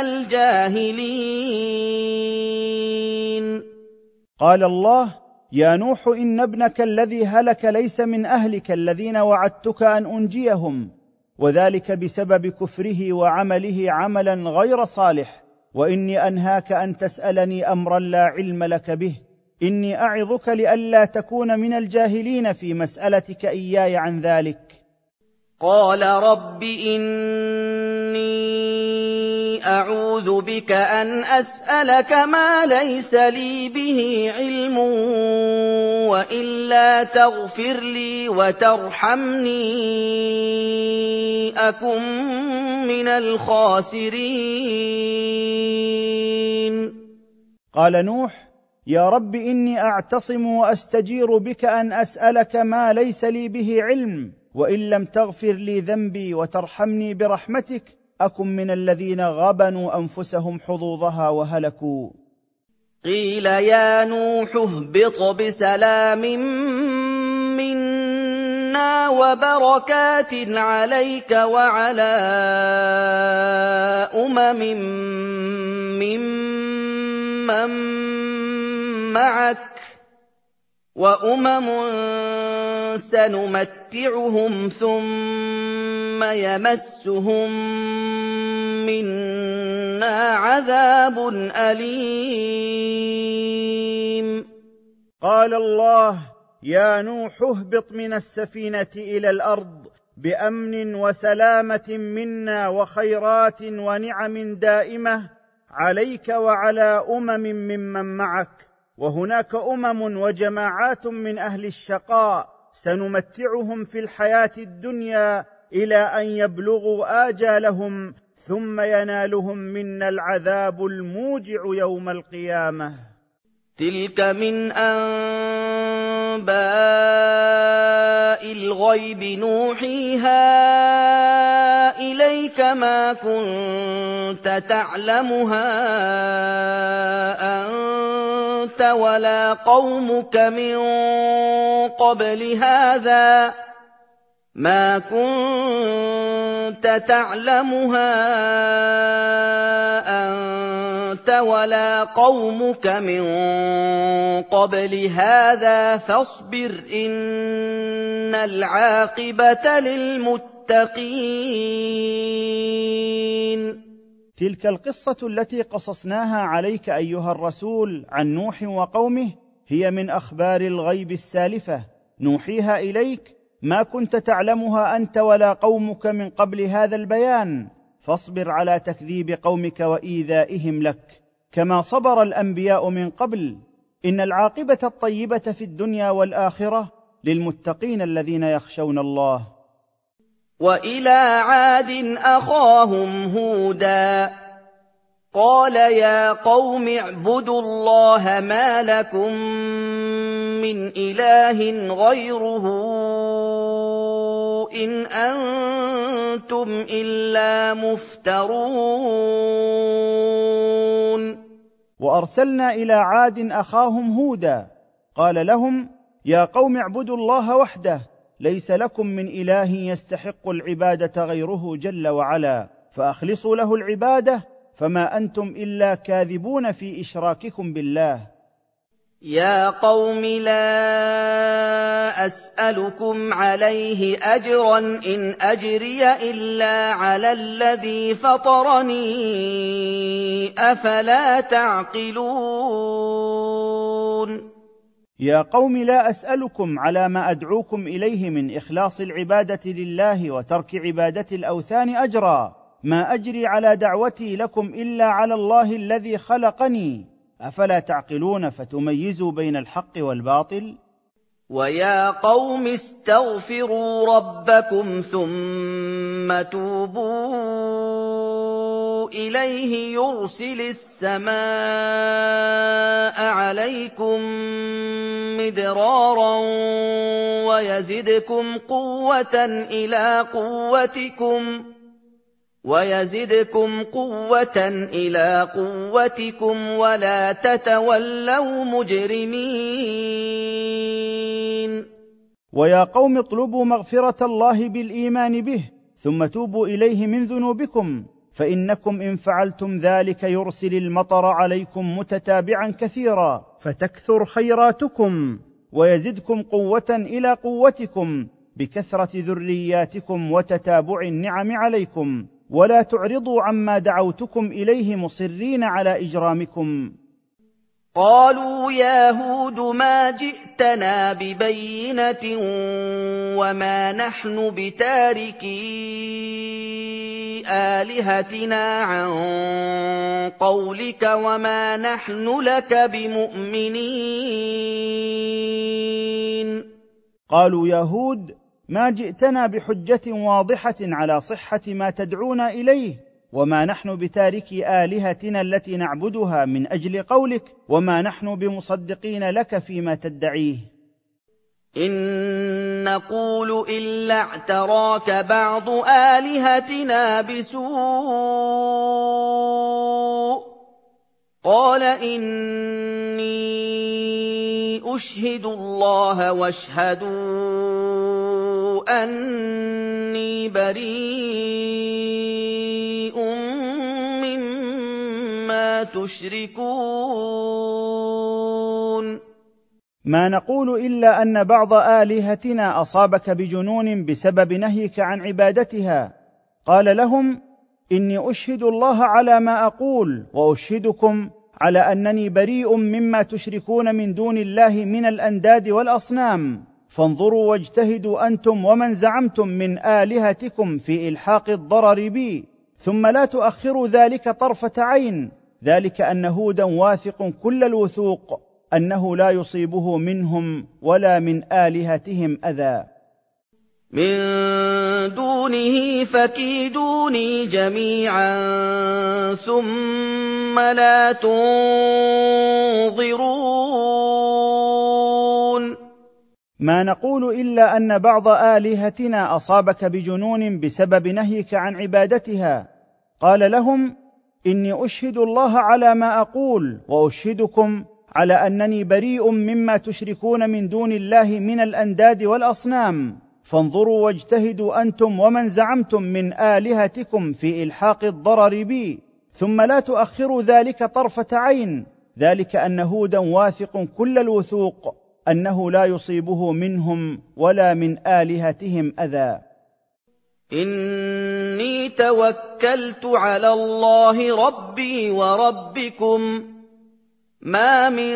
الجاهلين. قال الله: يا نوح إن ابنك الذي هلك ليس من أهلك الذين وعدتك أن أنجيهم، وذلك بسبب كفره وعمله عملا غير صالح، وإني أنهاك أن تسألني أمرا لا علم لك به، إني أعظك لئلا تكون من الجاهلين في مسألتك إياي عن ذلك. قال رب إني أعوذ بك أن أسألك ما ليس لي به علم وإلا تغفر لي وترحمني أكن من الخاسرين. قال نوح: يا رب إني أعتصم وأستجير بك أن أسألك ما ليس لي به علم، وإن لم تغفر لي ذنبي وترحمني برحمتك أكن من الذين غبنوا أنفسهم حظوظها وهلكوا. قيل يا نوح اهبط بسلام منا وبركات عليك وعلى أمم ممن معك وأمم سنمتعهم ثم يمسهم منا عذاب أليم. قال الله: يا نوح اهبط من السفينة إلى الأرض بأمن وسلامة منا وخيرات ونعم دائمة عليك وعلى أمم ممن معك، وهناك أمم وجماعات من أهل الشقاء سنمتعهم في الحياة الدنيا إلى أن يبلغوا آجالهم ثم ينالهم منا العذاب الموجع يوم القيامة. تلك من أنباء الغيب نوحيها إليك ما كنت تعلمها أنت ولا قومك من قبل هذا ما كنت تعلمها أنت ولا قومك من قبل هذا فاصبر إن العاقبة للمتقين. تلك القصة التي قصصناها عليك أيها الرسول عن نوح وقومه هي من أخبار الغيب السالفة نوحيها إليك ما كنت تعلمها أنت ولا قومك من قبل هذا البيان، فاصبر على تكذيب قومك وإيذائهم لك كما صبر الأنبياء من قبل. إن العاقبة الطيبة في الدنيا والآخرة للمتقين الذين يخشون الله. وإلى عاد أخاهم هودا قال يا قوم اعبدوا الله ما لكم من إله غيره إن أنتم إلا مفترون. وأرسلنا إلى عاد أخاهم هودا قال لهم يا قوم اعبدوا الله وحده ليس لكم من إله يستحق العبادة غيره جل وعلا، فأخلصوا له العبادة فما أنتم إلا كاذبون في إشراككم بالله. يا قوم لا أسألكم عليه أجرا إن أجري إلا على الذي فطرني أفلا تعقلون. يا قوم لا أسألكم على ما أدعوكم إليه من إخلاص العبادة لله وترك عبادة الأوثان أجرا، ما أجري على دعوتي لكم إلا على الله الذي خلقني، أفلا تعقلون فتميزوا بين الحق والباطل؟ ويا قوم استغفروا ربكم ثم توبوا إليه يرسل السماء عليكم مدرارا ويزدكم قوة إلى قوتكم وَيَزِدْكُمْ قُوَّةً إِلَىٰ قُوَّتِكُمْ وَلَا تَتَوَلَّوْا مُجْرِمِينَ ويا قوم اطلبوا مغفرة الله بالإيمان به ثم توبوا إليه من ذنوبكم، فإنكم إن فعلتم ذلك يرسل المطر عليكم متتابعا كثيرا فتكثر خيراتكم، ويزدكم قوة إلى قوتكم بكثرة ذرياتكم وتتابع النعم عليكم، ولا تعرضوا عما دعوتكم إليه مصرين على إجرامكم. قالوا يا هود ما جئتنا ببينة وما نحن بتاركي آلهتنا عن قولك وما نحن لك بمؤمنين. قالوا يا هود ما جئتنا بحجة واضحة على صحة ما تدعونا إليه، وما نحن بتاركي آلهتنا التي نعبدها من أجل قولك، وما نحن بمصدقين لك فيما تدعيه. إن نقول إلا اعتراك بعض آلهتنا بسوء قال إني أشهد الله واشهدوا أني بريء مما تشركون. ما نقول إلا أن بعض آلهتنا أصابك بجنون بسبب نهيك عن عبادتها. قال لهم إني أشهد الله على ما أقول وأشهدكم على أنني بريء مما تشركون من دون الله من الأنداد والأصنام، فانظروا واجتهدوا أنتم ومن زعمتم من آلهتكم في إلحاق الضرر بي، ثم لا تؤخروا ذلك طرفة عين، ذلك أن هودا واثق كل الوثوق أنه لا يصيبه منهم ولا من آلهتهم أذى. من دونه فكيدوني جميعا ثم لا تنظرون. ما نقول إلا أن بعض آلهتنا أصابك بجنون بسبب نهيك عن عبادتها. قال لهم إني أشهد الله على ما أقول وأشهدكم على أنني بريء مما تشركون من دون الله من الأنداد والأصنام، فانظروا واجتهدوا أنتم ومن زعمتم من آلهتكم في إلحاق الضرر بي، ثم لا تؤخروا ذلك طرفة عين، ذلك أن هودا واثق كل الوثوق أنه لا يصيبه منهم ولا من آلهتهم أذى. إني توكلت على الله ربي وربكم ما من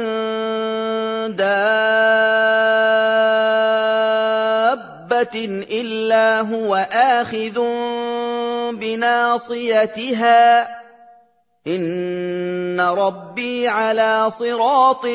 دابة إلا هو آخذ بناصيتها إن ربي على صراط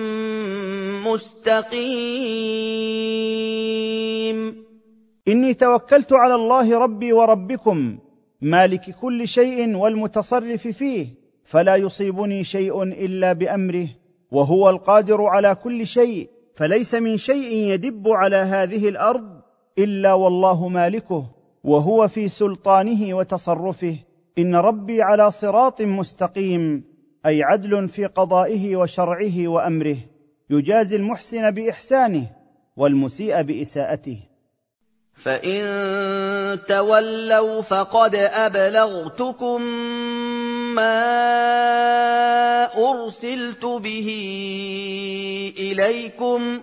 مستقيم. إني توكلت على الله ربي وربكم مالك كل شيء والمتصرف فيه، فلا يصيبني شيء إلا بأمره، وهو القادر على كل شيء، فليس من شيء يدب على هذه الأرض إلا والله مالكه، وهو في سلطانه وتصرفه. إن ربي على صراط مستقيم، أي عدل في قضائه وشرعه وأمره، يجازي المحسن بإحسانه والمسيء بإساءته. فإن تولوا فقد أبلغتكم ما أرسلت به إليكم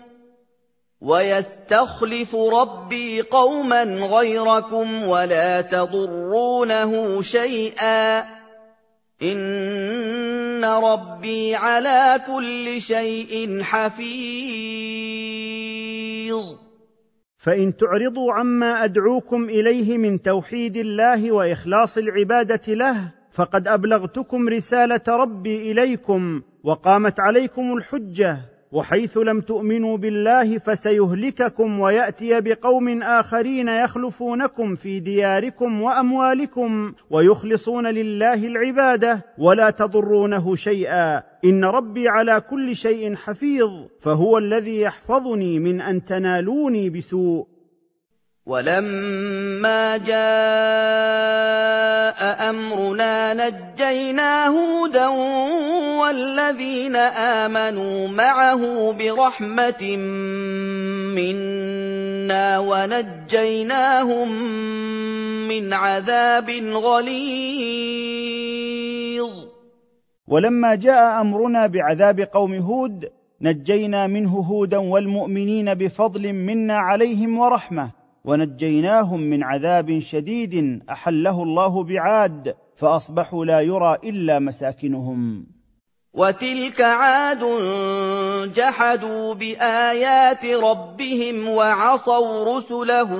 ويستخلف ربي قوما غيركم ولا تضرونه شيئا إن ربي على كل شيء حفيظ. فإن تعرضوا عما أدعوكم إليه من توحيد الله وإخلاص العبادة له فقد أبلغتكم رسالة ربي إليكم وقامت عليكم الحجة، وحيث لم تؤمنوا بالله فسيهلككم ويأتي بقوم آخرين يخلفونكم في دياركم وأموالكم ويخلصون لله العبادة ولا تضرونه شيئا إن ربي على كل شيء حفيظ، فهو الذي يحفظني من أن تنالوني بسوء. وَلَمَّا جَاءَ أَمْرُنَا نَجَّيْنَا هُودًا وَالَّذِينَ آمَنُوا مَعَهُ بِرَحْمَةٍ مِّنَّا وَنَجَّيْناهُم مِّنْ عَذَابٍ غَلِيظٍ. ولما جاء أمرنا بعذاب قوم هود نجينا منه هودا والمؤمنين بفضل منا عليهم ورحمة، ونجيناهم من عذاب شديد أحله الله بعاد فأصبحوا لا يرى إلا مساكنهم. وَتِلْكَ عَادٌ جَحَدُوا بِآيَاتِ رَبِّهِمْ وَعَصَوْا رُسُلَهُ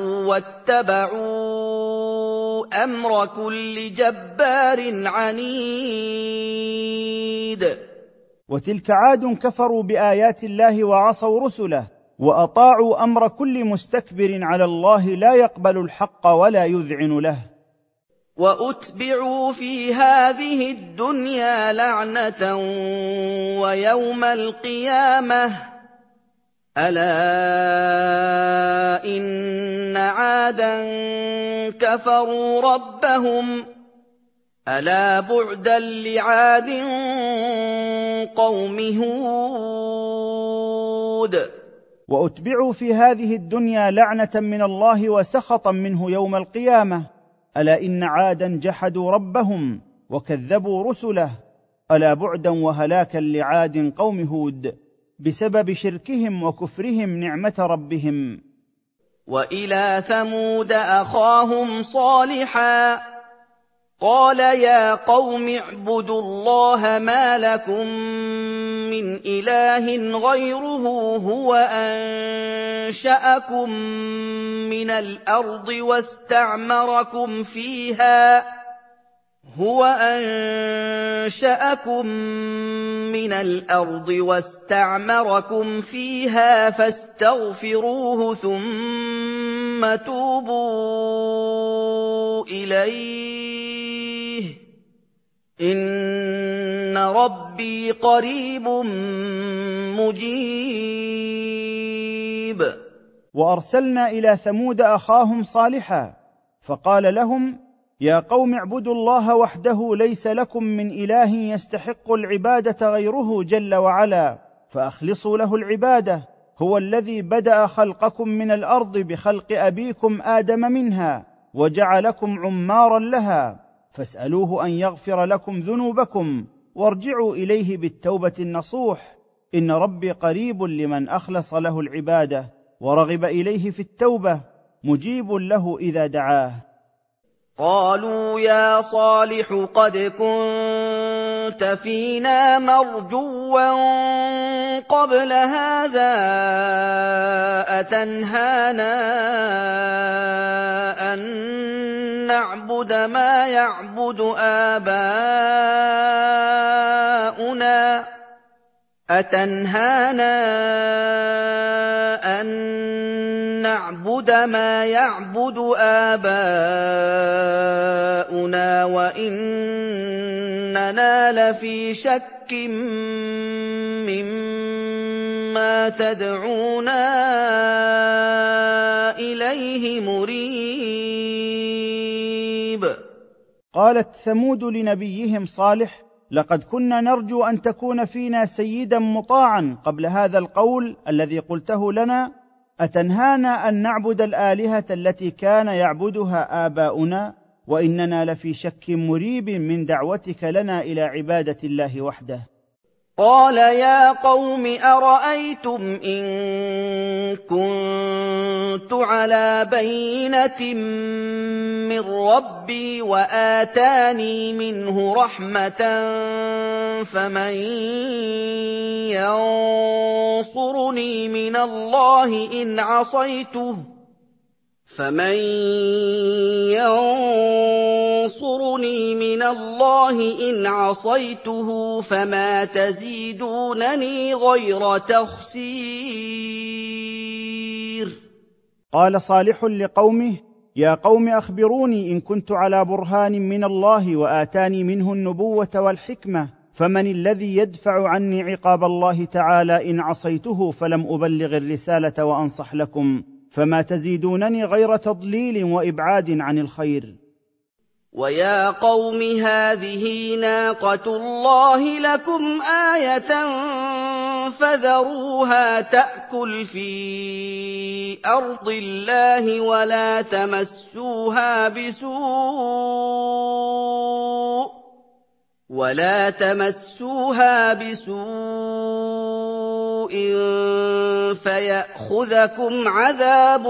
وَاتَّبَعُوا أَمْرَ كُلِّ جَبَّارٍ عَنِيدٍ. وتلك عاد كفروا بآيات الله وعصوا رسله وأطاعوا أمر كل مستكبر على الله لا يقبل الحق ولا يذعن له. وَأُتْبِعُوا فِي هَٰذِهِ الدُّنْيَا لَعْنَةً وَيَوْمَ الْقِيَامَةِ ۗ أَلَا إِنَّ عَادًا كَفَرُوا رَبَّهُمْ ۗ أَلَا بُعْدًا لِّعَادٍ قَوْمِ هُودٍ. وأتبعوا في هذه الدنيا لعنة من الله وسخطا منه يوم القيامة، ألا إن عادا جحدوا ربهم وكذبوا رسله، ألا بعدا وهلاكا لعاد قوم هود بسبب شركهم وكفرهم نعمة ربهم. وَإِلَىٰ ثَمُودَ أَخَاهُمْ صَالِحًا قَالَ يَا قَوْمِ اعْبُدُوا اللَّهَ مَا لَكُم مِّنْ إِلَٰهٍ غَيْرُهُ هُوَ أَنشَأَكُم مِّنَ الْأَرْضِ وَاسْتَعْمَرَكُمْ فِيهَا هُوَ أَنشَأَكُم مِّنَ الْأَرْضِ وَاسْتَعْمَرَكُمْ فِيهَا فَاسْتَغْفِرُوهُ ثُمَّ تُوبُوا إِلَيْهِ ۚ إِنَّ رَبِّي قَرِيبٌ مُّجِيبٌ. وأرسلنا إلى ثمود أخاهم صالحا فقال لهم يا قوم اعبدوا الله وحده ليس لكم من إله يستحق العبادة غيره جل وعلا، فأخلصوا له العبادة، هو الذي بدأ خلقكم من الأرض بخلق أبيكم آدم منها وجعلكم عمارا لها، فاسألوه أن يغفر لكم ذنوبكم وارجعوا إليه بالتوبة النصوح، إن ربي قريب لمن أخلص له العبادة ورغب إليه في التوبة، مجيب له إذا دعاه. قالوا يا صالح قد كنت فينا مرجوا قبل هذا أتنهانا أن نعبد ما يعبد آباؤنا أتنهانا أن نعبد ما يعبد آباؤنا وإننا لفي شك مما تدعونا إليه مريب. قالت ثمود لنبيهم صالح لقد كنا نرجو أن تكون فينا سيدا مطاعا قبل هذا القول الذي قلته لنا، أتنهانا أن نعبد الآلهة التي كان يعبدها آباؤنا وإننا لفي شك مريب من دعوتك لنا إلى عبادة الله وحده. قال يا قوم أرأيتم إن كنت على بينة من ربي وآتاني منه رحمة فمن ينصرني من الله إن عصيته فمن ينصرني من الله إن عصيته فما تزيدونني غير تخسير. قال صالح لقومه يا قوم أخبروني إن كنت على برهان من الله وآتاني منه النبوة والحكمة، فمن الذي يدفع عني عقاب الله تعالى إن عصيته فلم أبلغ الرسالة وأنصح لكم، فما تزيدونني غير تضليل وإبعاد عن الخير. ويا قوم هذه ناقة الله لكم آية فذروها تأكل في أرض الله ولا تمسوها بسوء ولا تمسوها بسوء فيأخذكم عذاب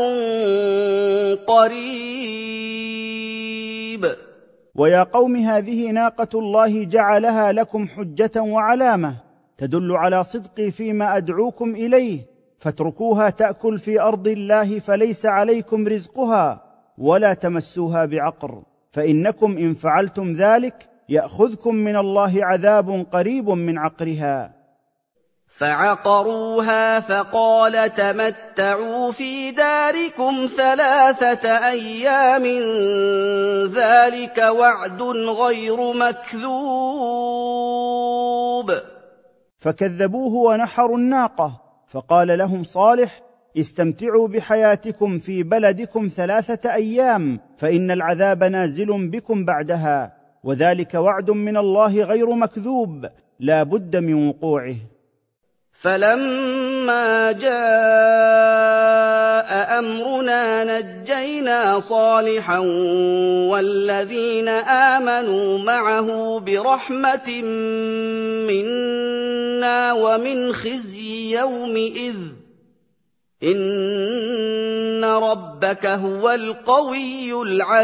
قريب. ويا قوم هذه ناقة الله جعلها لكم حجة وعلامة تدل على صدقي فيما أدعوكم إليه، فاتركوها تأكل في أرض الله فليس عليكم رزقها، ولا تمسوها بعقر، فإنكم إن فعلتم ذلك يأخذكم من الله عذاب قريب من عقرها. فعقروها فقال تمتعوا في داركم ثلاثة أيام ذلك وعد غير مكذوب. فكذبوه ونحروا الناقة، فقال لهم صالح استمتعوا بحياتكم في بلدكم ثلاثة أيام فإن العذاب نازل بكم بعدها، وذلك وعد من الله غير مكذوب لا بد من وقوعه. فلما جاء أمرنا نجينا صالحا والذين آمنوا معه برحمة منا ومن خزي يومئذ إن ربك هو القوي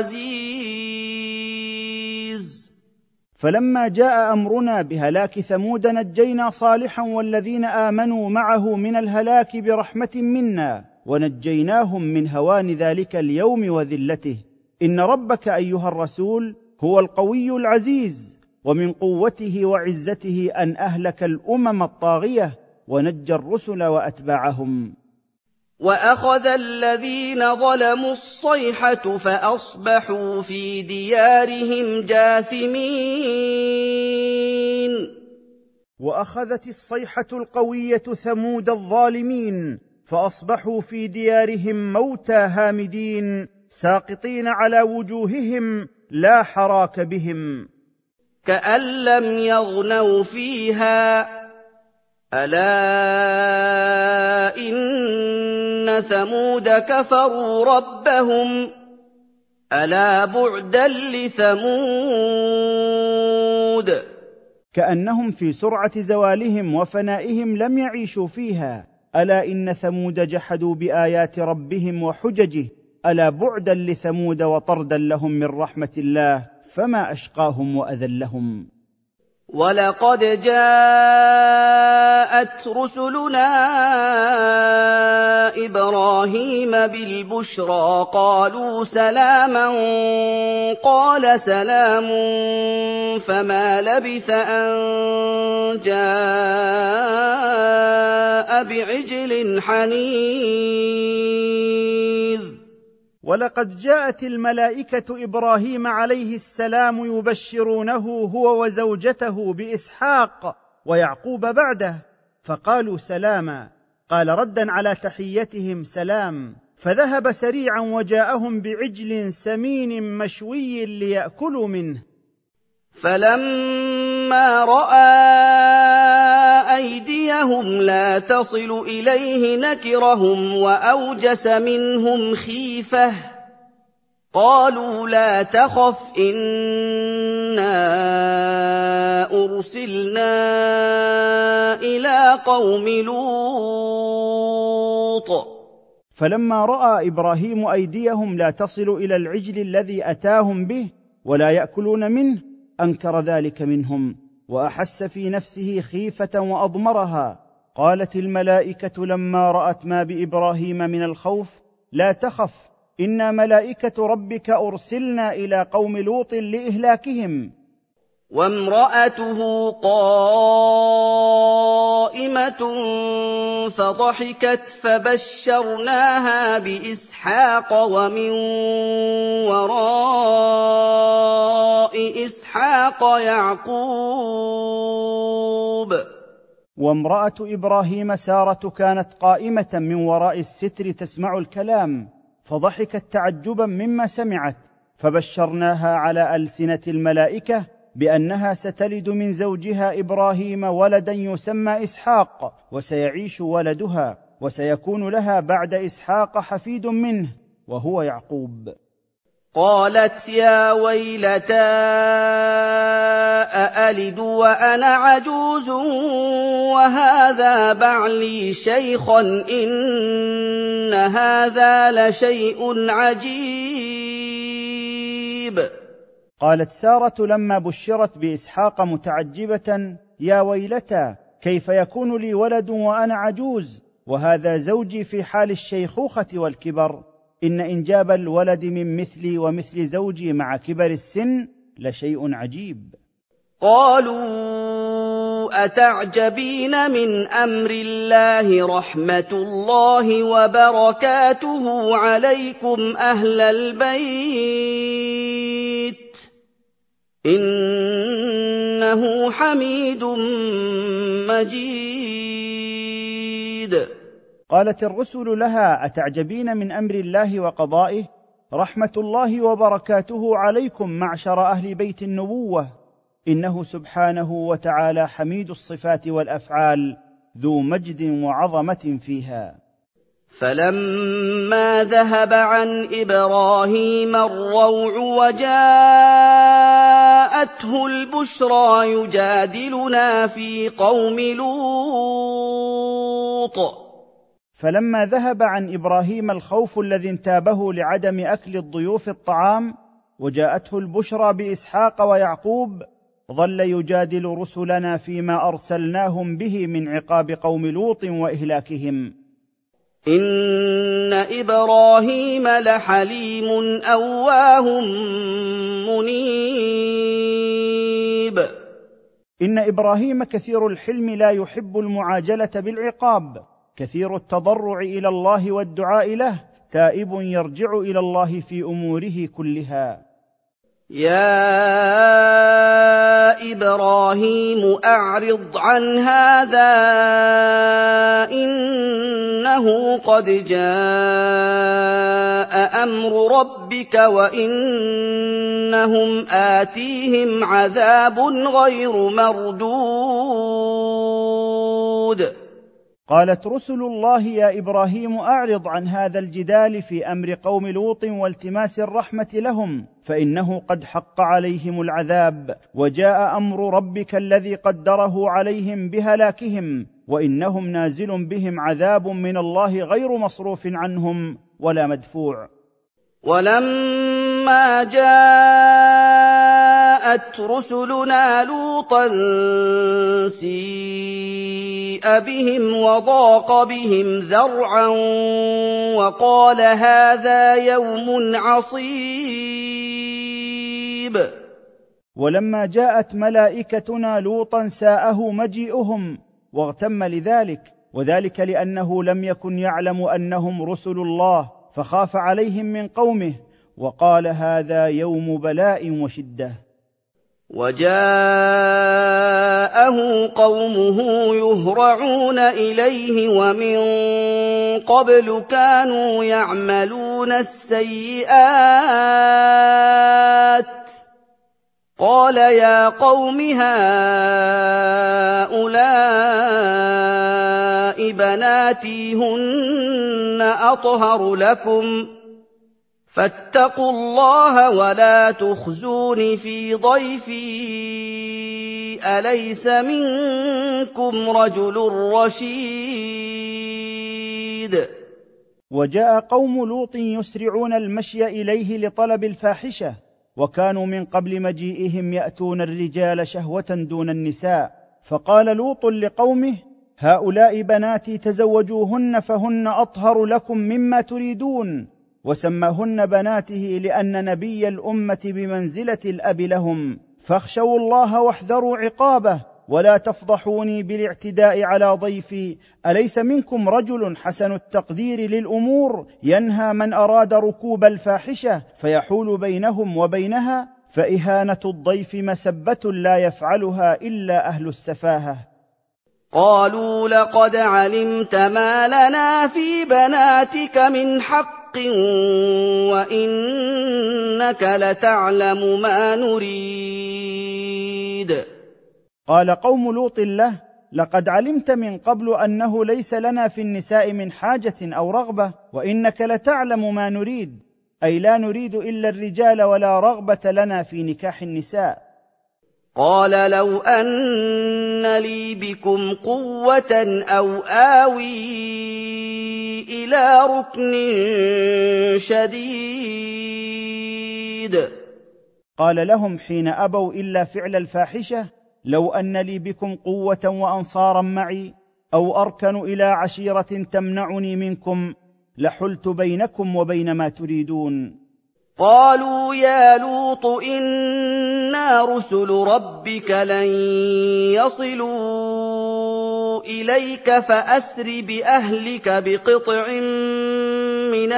العزيز. فلما جاء أمرنا بهلاك ثمود نجينا صالحا والذين آمنوا معه من الهلاك برحمة منا ونجيناهم من هوان ذلك اليوم وذلته. إن ربك أيها الرسول هو القوي العزيز، ومن قوته وعزته أن أهلك الأمم الطاغية ونجى الرسل وأتباعهم. وأخذ الذين ظلموا الصيحة فأصبحوا في ديارهم جاثمين. وأخذت الصيحة القوية ثمود الظالمين فأصبحوا في ديارهم موتى هامدين ساقطين على وجوههم لا حراك بهم. كأن لم يغنوا فيها ألا إن ثمود كفروا ربهم ألا بعدا لثمود. كأنهم في سرعة زوالهم وفنائهم لم يعيشوا فيها. ألا إن ثمود جحدوا بآيات ربهم وحججه ألا بعدا لثمود وطردا لهم من رحمة الله فما أشقاهم وأذلهم. ولقد جاءت رسلنا إبراهيم بالبشرى قالوا سلاما قال سلام فما لبث أن جاء بعجل حنيذ. ولقد جاءت الملائكة إبراهيم عليه السلام يبشرونه هو وزوجته بإسحاق ويعقوب بعده، فقالوا سلاما، قال ردا على تحيتهم سلام، فذهب سريعا وجاءهم بعجل سمين مشوي ليأكلوا منه. فلما رأى أيديهم لا تصل إليه نكرهم وأوجس منهم خيفة قالوا لا تخف إنا أرسلنا إلى قوم لوط. فلما رأى إبراهيم أيديهم لا تصل إلى العجل الذي أتاهم به ولا يأكلون منه أنكر ذلك منهم وأحس في نفسه خيفة وأضمرها. قالت الملائكة لما رأت ما بإبراهيم من الخوف لا تخف إنا ملائكة ربك أرسلنا إلى قوم لوط لإهلاكهم. وامرأته قائمة فضحكت فبشرناها بإسحاق ومن وراء إسحاق يعقوب. وامراه ابراهيم ساره كانت قائمه من وراء الستر تسمع الكلام، فضحكت تعجبا مما سمعت، فبشرناها على السنه الملائكه بانها ستلد من زوجها ابراهيم ولدا يسمى اسحاق، وسيعيش ولدها، وسيكون لها بعد اسحاق حفيد منه وهو يعقوب. قالت يا ويلتى أألد وأنا عجوز وهذا بعلي شيخا إن هذا لشيء عجيب. قالت سارة لما بشرت بإسحاق متعجبة: يا ويلتى، كيف يكون لي ولد وأنا عجوز وهذا زوجي في حال الشيخوخة والكبر؟ إن إنجاب الولد من مثلي ومثل زوجي مع كبر السن لشيء عجيب. قالوا أتعجبين من أمر الله رحمة الله وبركاته عليكم أهل البيت إنه حميد مجيد. قالت الرسل لها: أتعجبين من أمر الله وقضائه؟ رحمة الله وبركاته عليكم معشر أهل بيت النبوة، إنه سبحانه وتعالى حميد الصفات والأفعال ذو مجد وعظمة فيها. فلما ذهب عن إبراهيم الروع وجاءته البشرى يجادلنا في قوم لوط. فلما ذهب عن إبراهيم الخوف الذي انتابه لعدم أكل الضيوف الطعام، وجاءته البشرى بإسحاق ويعقوب، ظل يجادل رسلنا فيما أرسلناهم به من عقاب قوم لوط وإهلاكهم. إن إبراهيم لحليم أواه منيب. إن إبراهيم كثير الحلم لا يحب المعاجلة بالعقاب، كثير التضرع إلى الله والدعاء له، تائب يرجع إلى الله في أموره كلها. يا إبراهيم أعرض عن هذا إنه قد جاء أمر ربك وإنهم آتيهم عذاب غير مردود. قالت رسل الله: يا إبراهيم أعرض عن هذا الجدال في أمر قوم لوط والتماس الرحمة لهم، فإنه قد حق عليهم العذاب، وجاء أمر ربك الذي قدره عليهم بهلاكهم، وإنهم نازل بهم عذاب من الله غير مصروف عنهم ولا مدفوع. ولما جاءت رسلنا لوطا سيء بهم وضاق بهم ذرعا وقال هذا يوم عصيب. ولما جاءت ملائكتنا لوطا ساءه مجيئهم واغتم لذلك، وذلك لأنه لم يكن يعلم أنهم رسل الله، فخاف عليهم من قومه وقال هذا يوم بلاء وشدة. وجاءه قومه يهرعون إليه ومن قبل كانوا يعملون السيئات، قال يا قوم هؤلاء بناتي هن أطهر لكم فاتقوا الله ولا تخزون في ضيفي أليس منكم رجل رشيد. وجاء قوم لوط يسرعون المشي إليه لطلب الفاحشة، وكانوا من قبل مجيئهم يأتون الرجال شهوة دون النساء، فقال لوط لقومه: هؤلاء بناتي تزوجوهن فهن أطهر لكم مما تريدون، وسماهن بناته لأن نبي الأمة بمنزلة الأب لهم، فاخشوا الله واحذروا عقابه ولا تفضحوني بالاعتداء على ضيفي، أليس منكم رجل حسن التقدير للأمور ينهى من أراد ركوب الفاحشة فيحول بينهم وبينها؟ فإهانة الضيف مسبة لا يفعلها إلا أهل السفاهة. قالوا لقد علمت ما لنا في بناتك من حق وإنك لتعلم ما نريد. قال قوم لوط له: لقد علمت من قبل أنه ليس لنا في النساء من حاجة أو رغبة، وإنك لتعلم ما نريد، أي لا نريد إلا الرجال ولا رغبة لنا في نكاح النساء. قال لو أن لي بكم قوة أو آوي إلى ركن شديد. قال لهم حين أبوا إلا فعل الفاحشة: لو أن لي بكم قوة وأنصارا معي، أو أركن إلى عشيرة تمنعني منكم، لحلت بينكم وبين ما تريدون. قالوا يا لوط إنا رسل ربك لن يصلوا إليك فأسر بأهلك بقطع من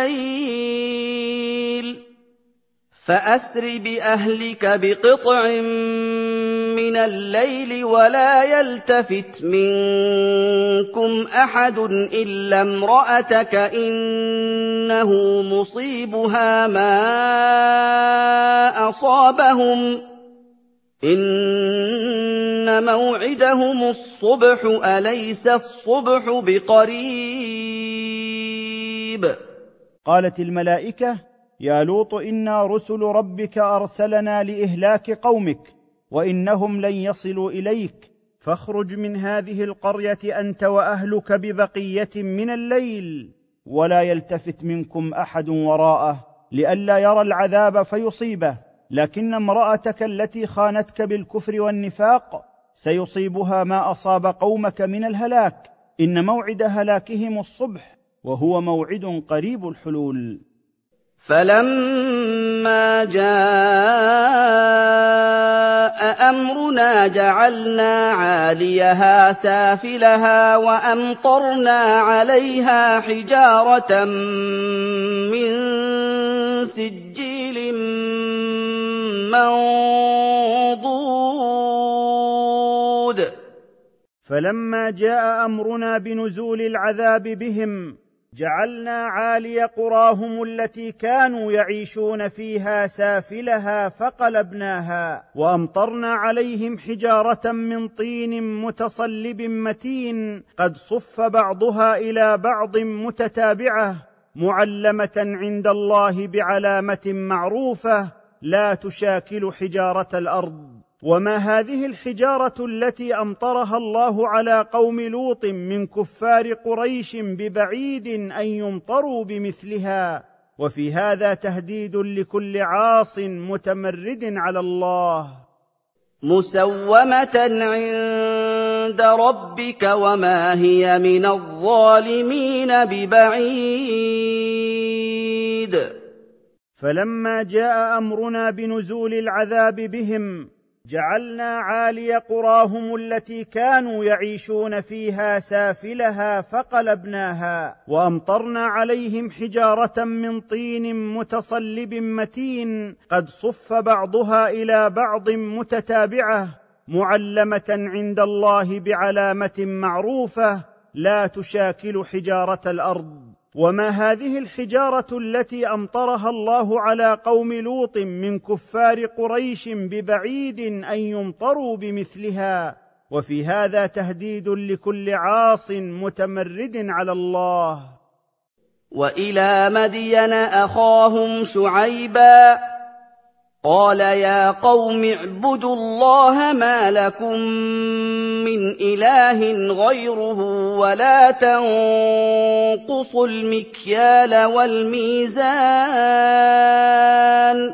الليل فأسر بأهلك بقطع من الليل ولا يلتفت منكم أحد إلا امرأتك إنه مصيبها ما أصابهم إن موعدهم الصبح أليس الصبح بقريب. قالت الملائكة: يا لوط إنا رسل ربك أرسلنا لإهلاك قومك، وإنهم لن يصلوا إليك، فاخرج من هذه القرية أنت وأهلك ببقية من الليل، ولا يلتفت منكم أحد وراءه، لئلا يرى العذاب فيصيبه، لكن امرأتك التي خانتك بالكفر والنفاق سيصيبها ما أصاب قومك من الهلاك، إن موعد هلاكهم الصبح، وهو موعد قريب الحلول. فلما جاء أمرنا جعلنا عاليها سافلها وأمطرنا عليها حجارة من سجيل منضود. فلما جاء أمرنا بنزول العذاب بهم جعلنا عالي قراهم التي كانوا يعيشون فيها سافلها فقلبناها، وأمطرنا عليهم حجارة من طين متصلب متين قد صف بعضها إلى بعض متتابعة، معلمة عند الله بعلامة معروفة لا تشاكل حجارة الأرض. وما هذه الحجارة التي أمطرها الله على قوم لوط من كفار قريش ببعيد أن يمطروا بمثلها، وفي هذا تهديد لكل عاص متمرد على الله. مسومة عند ربك وما هي من الظالمين ببعيد. فلما جاء أمرنا بنزول العذاب بهم جعلنا عالي قراهم التي كانوا يعيشون فيها سافلها فقلبناها، وأمطرنا عليهم حجارة من طين متصلب متين قد صف بعضها إلى بعض متتابعة، معلمة عند الله بعلامة معروفة لا تشاكل حجارة الأرض. وما هذه الحجارة التي أمطرها الله على قوم لوط من كفار قريش ببعيد أن يمطروا بمثلها، وفي هذا تهديد لكل عاص متمرد على الله. وإلى مدين أخاهم شعيبا قال يا قوم اعبدوا الله ما لكم من إله غيره ولا تنقصوا المكيال والميزان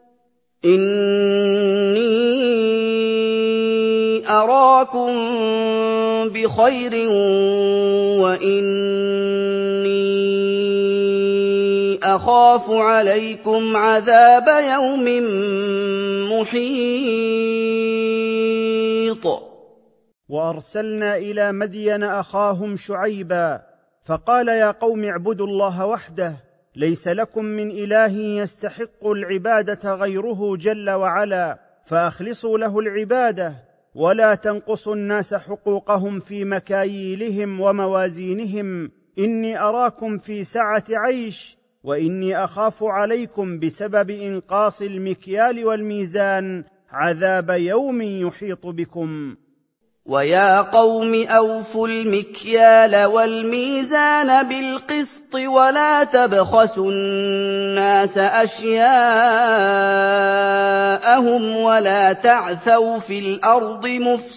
إني أراكم بخير وإني أخاف عليكم عذاب يوم محيط. وأرسلنا إلى مدين أخاهم شعيبا فقال يا قوم اعبدوا الله وحده، ليس لكم من إله يستحق العبادة غيره جل وعلا، فأخلصوا له العبادة، ولا تنقصوا الناس حقوقهم في مكاييلهم وموازينهم، إني أراكم في سعة عيش، وإني أخاف عليكم بسبب إنقاص المكيال والميزان عذاب يوم يحيط بكم. ويا قوم أوفوا المكيال والميزان بالقسط ولا تبخسوا الناس أشياءهم ولا تعثوا في الأرض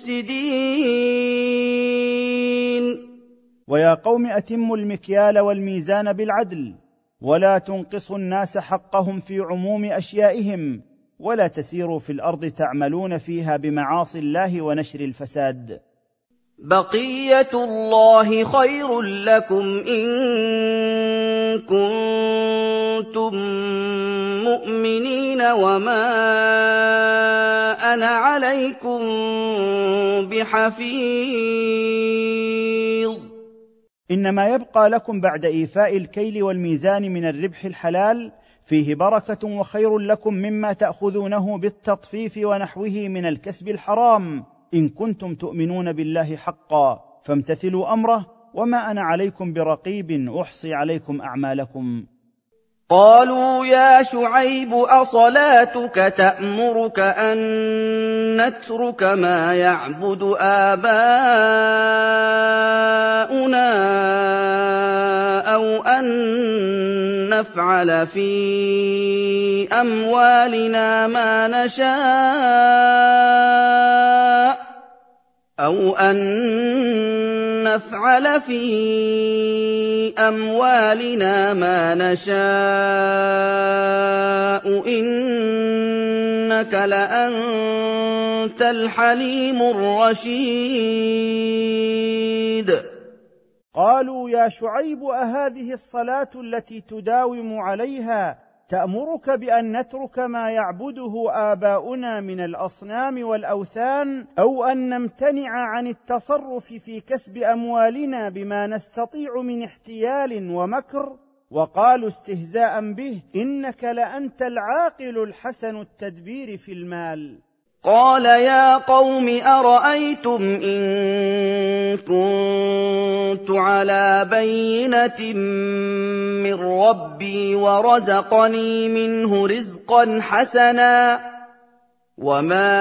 مفسدين. ويا قوم أتموا المكيال والميزان بالعدل، ولا تنقصوا الناس حقهم في عموم أشيائهم، ولا تسيروا في الأرض تعملون فيها بمعاصي الله ونشر الفساد. بقية الله خير لكم إن كنتم مؤمنين وما أنا عليكم بحفيظ. إنما يبقى لكم بعد إيفاء الكيل والميزان من الربح الحلال فيه بركة وخير لكم مما تأخذونه بالتطفيف ونحوه من الكسب الحرام، إن كنتم تؤمنون بالله حقا، فامتثلوا أمره، وما أنا عليكم برقيب أحصي عليكم أعمالكم. قالوا يا شعيب أصلاتك تأمرك أن نترك ما يعبد آباؤنا أو أن نفعل في أموالنا ما نشاء أو أن نفعل في أموالنا ما نشاء إنك لأنت الحليم الرشيد. قالوا يا شعيب أهذه الصلاة التي تداوم عليها تأمرك بأن نترك ما يعبده آباؤنا من الأصنام والأوثان، أو أن نمتنع عن التصرف في كسب أموالنا بما نستطيع من احتيال ومكر؟ وقالوا استهزاء به إنك لأنت العاقل الحسن التدبير في المال. قال يا قوم أرأيتم إن كنت على بينة من ربي ورزقني منه رزقا حسنا وما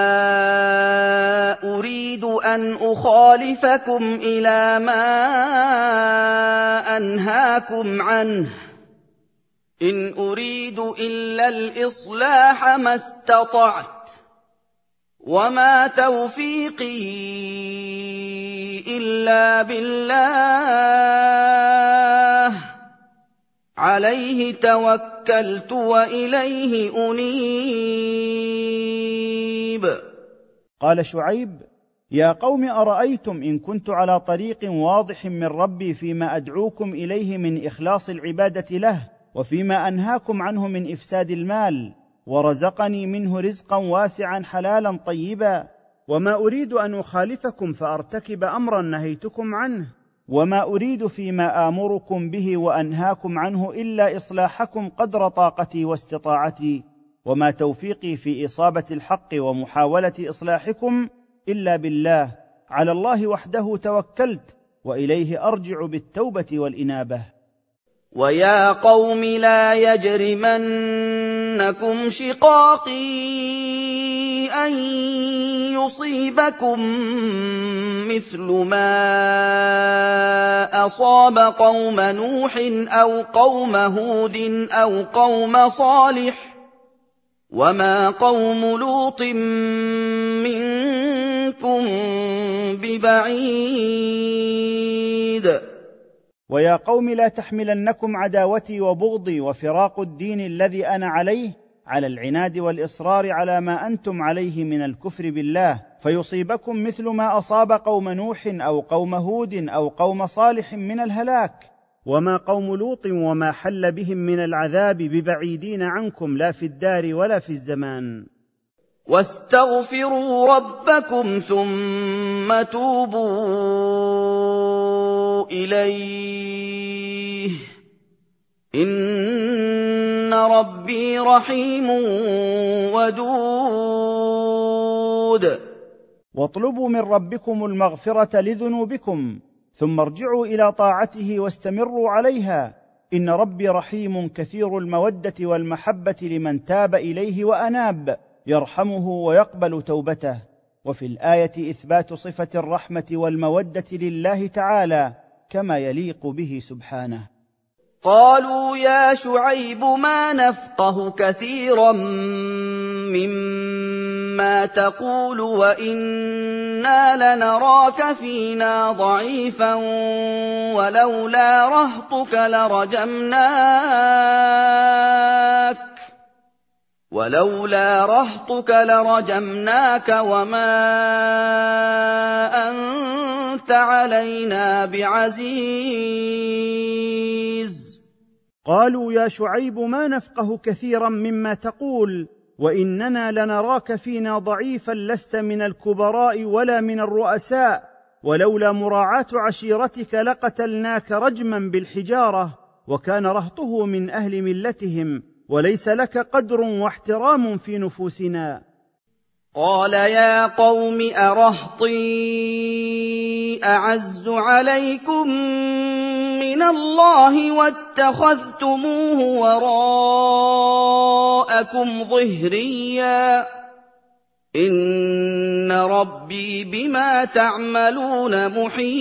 أريد أن أخالفكم إلى ما أنهاكم عنه إن أريد إلا الإصلاح ما استطعت وما توفيقي إلا بالله عليه توكلت وإليه أنيب. قال شعيب يا قوم أرأيتم إن كنت على طريق واضح من ربي فيما أدعوكم إليه من إخلاص العبادة له وفيما أنهاكم عنه من إفساد المال، ورزقني منه رزقا واسعا حلالا طيبا، وما أريد أن أخالفكم فأرتكب أمرا نهيتكم عنه، وما أريد فيما آمركم به وأنهاكم عنه إلا إصلاحكم قدر طاقتي واستطاعتي، وما توفيقي في إصابة الحق ومحاولة إصلاحكم إلا بالله، على الله وحده توكلت وإليه أرجع بالتوبة والإنابة. ويا قوم لا يجرمنكم شقاقي أن يصيبكم مثل ما أصاب قوم نوح أو قوم هود أو قوم صالح وما قوم لوط منكم ببعيد. ويا قوم لا تحملنكم عداوتي وبغضي وفراق الدين الذي أنا عليه على العناد والإصرار على ما أنتم عليه من الكفر بالله، فيصيبكم مثل ما أصاب قوم نوح أو قوم هود أو قوم صالح من الهلاك، وما قوم لوط وما حل بهم من العذاب ببعيدين عنكم لا في الدار ولا في الزمان. واستغفروا ربكم ثم توبوا إليه إن ربي رحيم ودود. واطلبوا من ربكم المغفرة لذنوبكم ثم ارجعوا إلى طاعته واستمروا عليها، إن ربي رحيم كثير المودة والمحبة لمن تاب إليه وأناب، يرحمه ويقبل توبته. وفي الآية إثبات صفة الرحمة والمودة لله تعالى كما يليق به سبحانه. قالوا يا شعيب ما نفقه كثيرا مما تقول وإنا لنراك فينا ضعيفا ولولا رهطك لرجمناك ولولا رهطك لرجمناك وما أنت علينا بعزيز. قالوا يا شعيب ما نفقه كثيرا مما تقول وإننا لنراك فينا ضعيفا، لست من الكبراء ولا من الرؤساء، ولولا مراعاة عشيرتك لقتلناك رجما بالحجارة، وكان رهطه من أهل ملتهم، وليس لك قدر واحترام في نفوسنا. قال يا قوم أرهطي أعز عليكم من الله واتخذتموه وراءكم ظهريا، إن ربي بما تعملون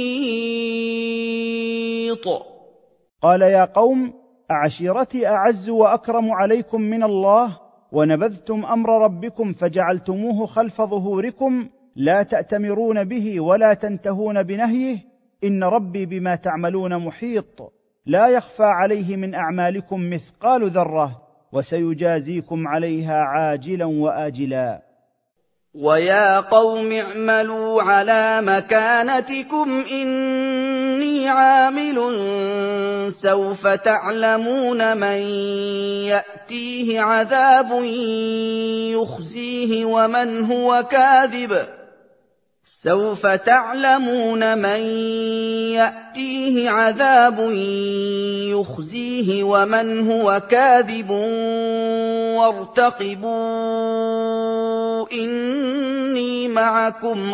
محيط. قال يا قوم أعشيرتي أعز وأكرم عليكم من الله، ونبذتم أمر ربكم فجعلتموه خلف ظهوركم، لا تأتمرون به ولا تنتهون بنهيه، إن ربي بما تعملون محيط، لا يخفى عليه من أعمالكم مثقال ذرة، وسيجازيكم عليها عاجلا وآجلا. ويا قوم اعملوا على مكانتكم إني عامل، سوف تعلمون من يأتيه عذاب يخزيه ومن هو كاذب سوف تعلمون من يأتيه عذاب يخزيه ومن هو كاذب وارتقبوا إني معكم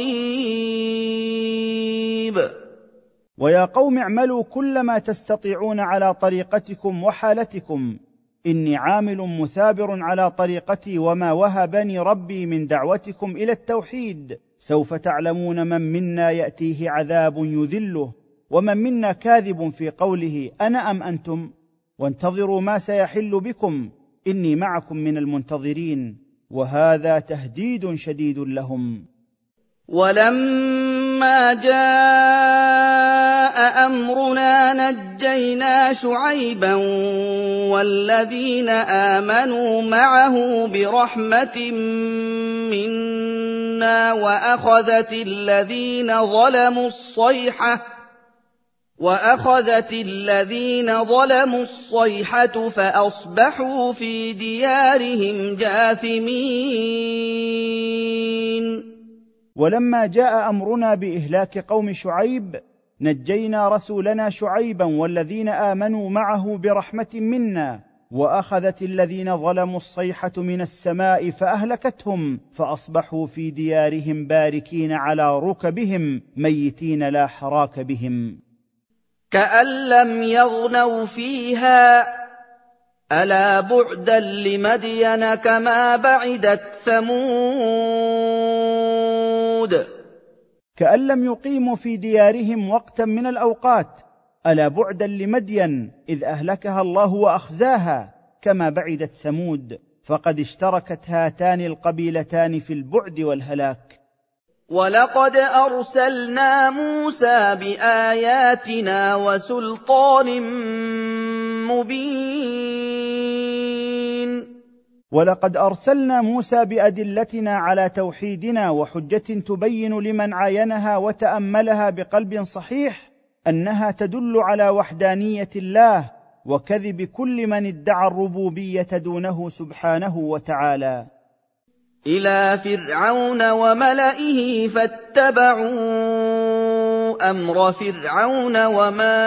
رقيب. ويا قوم اعملوا كل ما تستطيعون على طريقتكم وحالتكم، إني عامل مثابر على طريقتي وما وهبني ربي من دعوتكم إلى التوحيد، سوف تعلمون من منا يأتيه عذاب يذله ومن منا كاذب في قوله أنا أم أنتم، وانتظروا ما سيحل بكم إني معكم من المنتظرين. وهذا تهديد شديد لهم. ولما جاء أمرنا نجينا شعيبا والذين آمنوا معه برحمة منا وأخذت الذين ظلموا الصيحة وأخذت الذين ظلموا الصيحة فأصبحوا في ديارهم جاثمين. ولما جاء أمرنا بإهلاك قوم شعيب نجينا رسولنا شعيبا والذين آمنوا معه برحمة منا، وأخذت الذين ظلموا الصيحة من السماء فأهلكتهم، فأصبحوا في ديارهم باركين على ركبهم ميتين لا حراك بهم. كأن لم يغنوا فيها ألا بعدا لمدين كما بعدت ثمود. كأن لم يقيموا في ديارهم وقتا من الأوقات، ألا بعدا لمدين إذ أهلكها الله وأخزاها، كما بعدت ثمود، فقد اشتركت هاتان القبيلتان في البعد والهلاك. ولقد أرسلنا موسى بآياتنا وسلطان مبين. ولقد أرسلنا موسى بأدلتنا على توحيدنا وحجة تبين لمن عاينها وتأملها بقلب صحيح أنها تدل على وحدانية الله وكذب كل من ادعى الربوبية دونه سبحانه وتعالى. إلى فرعون وملئه فاتبعوا أمر فرعون وما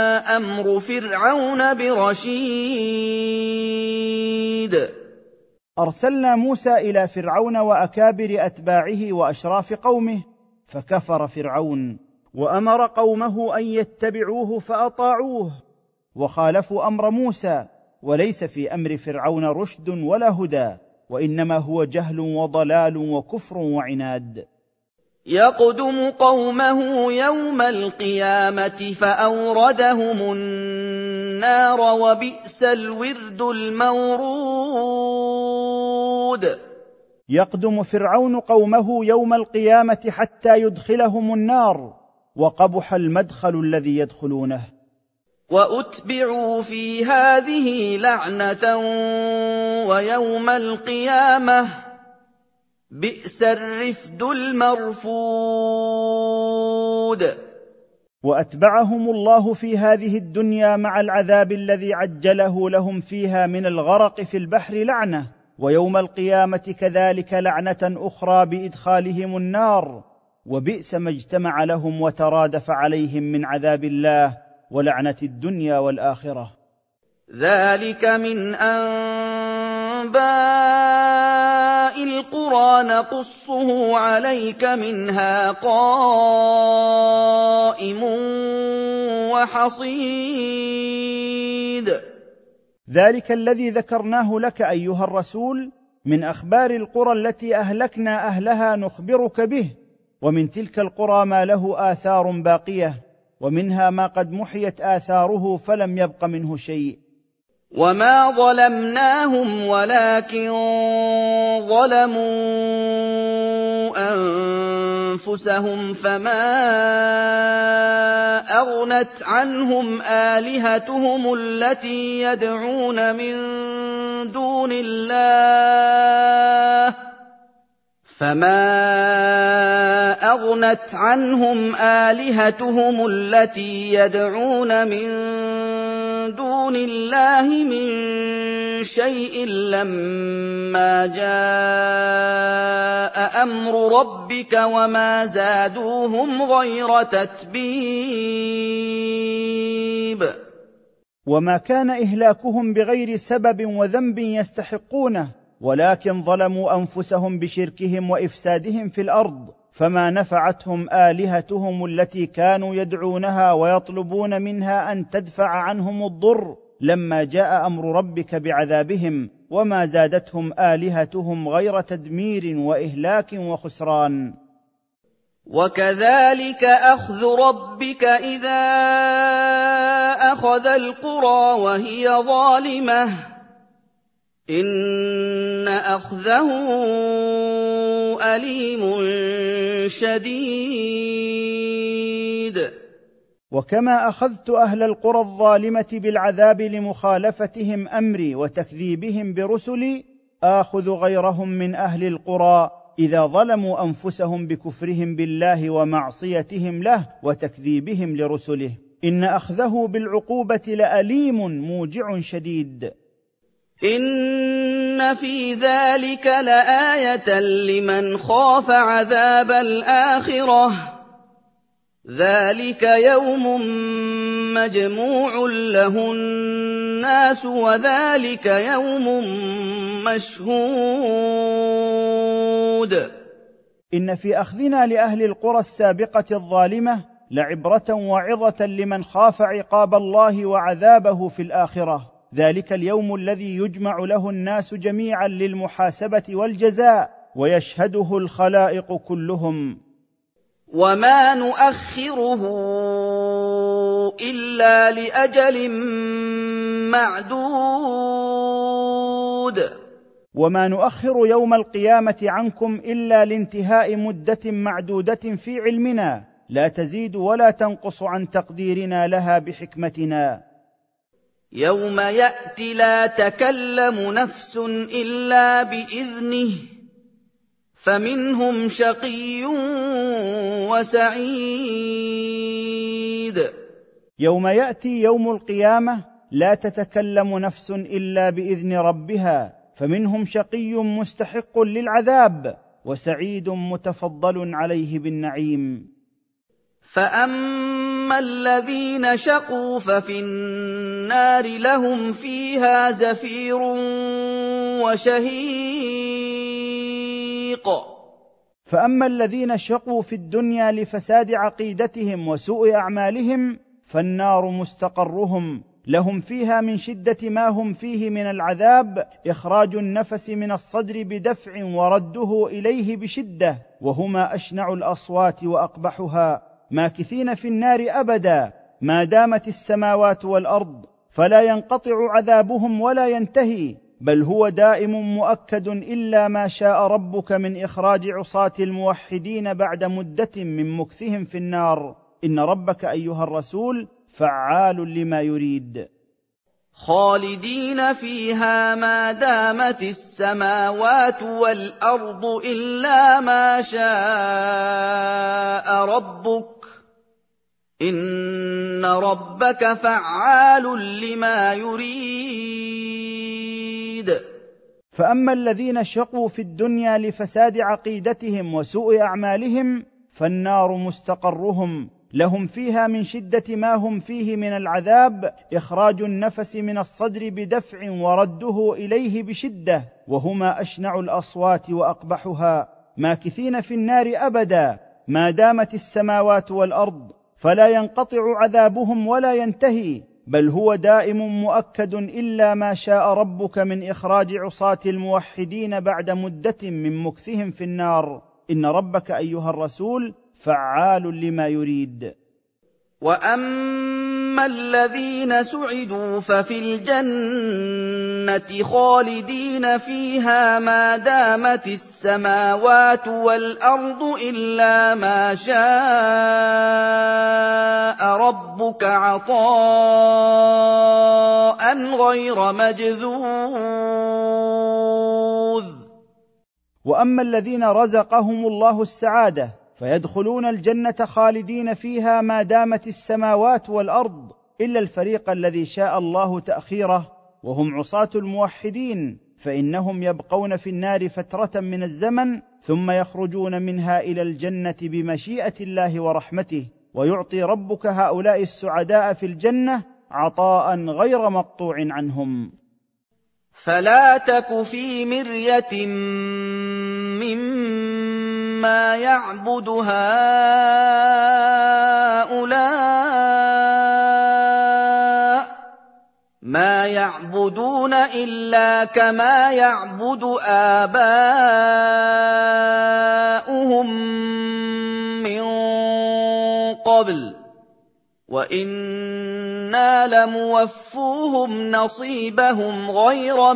أمر فرعون برشيد. أرسلنا موسى إلى فرعون وأكابر أتباعه وأشراف قومه، فكفر فرعون وأمر قومه أن يتبعوه فأطاعوه، وخالفوا أمر موسى، وليس في أمر فرعون رشد ولا هدى، وإنما هو جهل وضلال وكفر وعناد. يقدم قومه يوم القيامة فأوردهم النار وبئس الورد المورود. يقدم فرعون قومه يوم القيامة حتى يدخلهم النار، وقبح المدخل الذي يدخلونه. وأتبعوا في هذه لعنة ويوم القيامة بئس الرفد المرفود. وأتبعهم الله في هذه الدنيا مع العذاب الذي عجله لهم فيها من الغرق في البحر لعنة، ويوم القيامة كذلك لعنة أخرى بإدخالهم النار، وبئس ما اجتمع لهم وترادف عليهم من عذاب الله ولعنة الدنيا والآخرة. ذلك من أنباء القرى نقصه عليك منها قائم وحصيد. ذلك الذي ذكرناه لك أيها الرسول من أخبار القرى التي أهلكنا أهلها نخبرك به، ومن تلك القرى ما له آثار باقية، ومنها ما قد محيت آثاره فلم يبق منه شيء. وما ظلمناهم ولكن ظلموا أنفسهم فما أغنت عنهم آلهتهم التي يدعون من دون الله فما أغنت عنهم آلهتهم التي يدعون من دون الله من شيء لما جاء أمر ربك وما زادوهم غير تتبيب. وما كان إهلاكهم بغير سبب وذنب يستحقونه، ولكن ظلموا أنفسهم بشركهم وإفسادهم في الأرض، فما نفعتهم آلهتهم التي كانوا يدعونها ويطلبون منها أن تدفع عنهم الضر لما جاء أمر ربك بعذابهم، وما زادتهم آلهتهم غير تدمير وإهلاك وخسران. وكذلك أخذ ربك إذا أخذ القرى وهي ظالمة إن أخذه أليم شديد. وكما أخذت أهل القرى الظالمة بالعذاب لمخالفتهم أمري وتكذيبهم برسلي، آخذ غيرهم من أهل القرى إذا ظلموا أنفسهم بكفرهم بالله ومعصيتهم له وتكذيبهم لرسله، إن أخذه بالعقوبة لأليم موجع شديد. إن في ذلك لآية لمن خاف عذاب الآخرة ذلك يوم مجموع له الناس وذلك يوم مشهود. إن في أخذنا لأهل القرى السابقة الظالمة لعبرة وعظة لمن خاف عقاب الله وعذابه في الآخرة، ذلك اليوم الذي يجمع له الناس جميعا للمحاسبة والجزاء ويشهده الخلائق كلهم. وما نؤخره إلا لأجل معدود. وما نؤخر يوم القيامة عنكم إلا لانتهاء مدة معدودة في علمنا، لا تزيد ولا تنقص عن تقديرنا لها بحكمتنا. يوم يأتي لا تكلم نفس إلا بإذنه فمنهم شقي وسعيد. يوم يأتي يوم القيامة لا تتكلم نفس إلا بإذن ربها، فمنهم شقي مستحق للعذاب وسعيد متفضل عليه بالنعيم. فأما الذين شقوا ففي النار لهم فيها زفير وشهيق. فأما الذين شقوا في الدنيا لفساد عقيدتهم وسوء أعمالهم فالنار مستقرهم، لهم فيها من شدة ما هم فيه من العذاب إخراج النفس من الصدر بدفع ورده إليه بشدة، وهما أشنع الأصوات وأقبحها، ماكثين في النار أبدا ما دامت السماوات والأرض، فلا ينقطع عذابهم ولا ينتهي، بل هو دائم مؤكد إلا ما شاء ربك من إخراج عصاة الموحدين بعد مدة من مكثهم في النار. إن ربك أيها الرسول فعال لما يريد. خالدين فيها ما دامت السماوات والأرض إلا ما شاء ربك، إن ربك فعال لما يريد. فأما الذين شقوا في الدنيا لفساد عقيدتهم وسوء أعمالهم فالنار مستقرهم، لهم فيها من شدة ما هم فيه من العذاب إخراج النفس من الصدر بدفع ورده إليه بشدة، وهما أشنع الأصوات وأقبحها، ماكثين في النار أبدا ما دامت السماوات والأرض، فلا ينقطع عذابهم ولا ينتهي، بل هو دائم مؤكد إلا ما شاء ربك من إخراج عصاة الموحدين بعد مدة من مكثهم في النار. إن ربك أيها الرسول فعال لما يريد. وأما الذين سعدوا ففي الجنة خالدين فيها ما دامت السماوات والأرض إلا ما شاء ربك عطاء غير مجذوذ. وأما الذين رزقهم الله السعادة فيدخلون الجنة خالدين فيها ما دامت السماوات والأرض إلا الفريق الذي شاء الله تأخيره، وهم عصاة الموحدين، فإنهم يبقون في النار فترة من الزمن ثم يخرجون منها إلى الجنة بمشيئة الله ورحمته، ويعطي ربك هؤلاء السعداء في الجنة عطاء غير مقطوع عنهم. فلا تك في مرية مما يعبد هؤلاء، ما يعبدون إلا كما يعبد آباؤهم من قبل، وإنا لموفوهم نصيبهم غير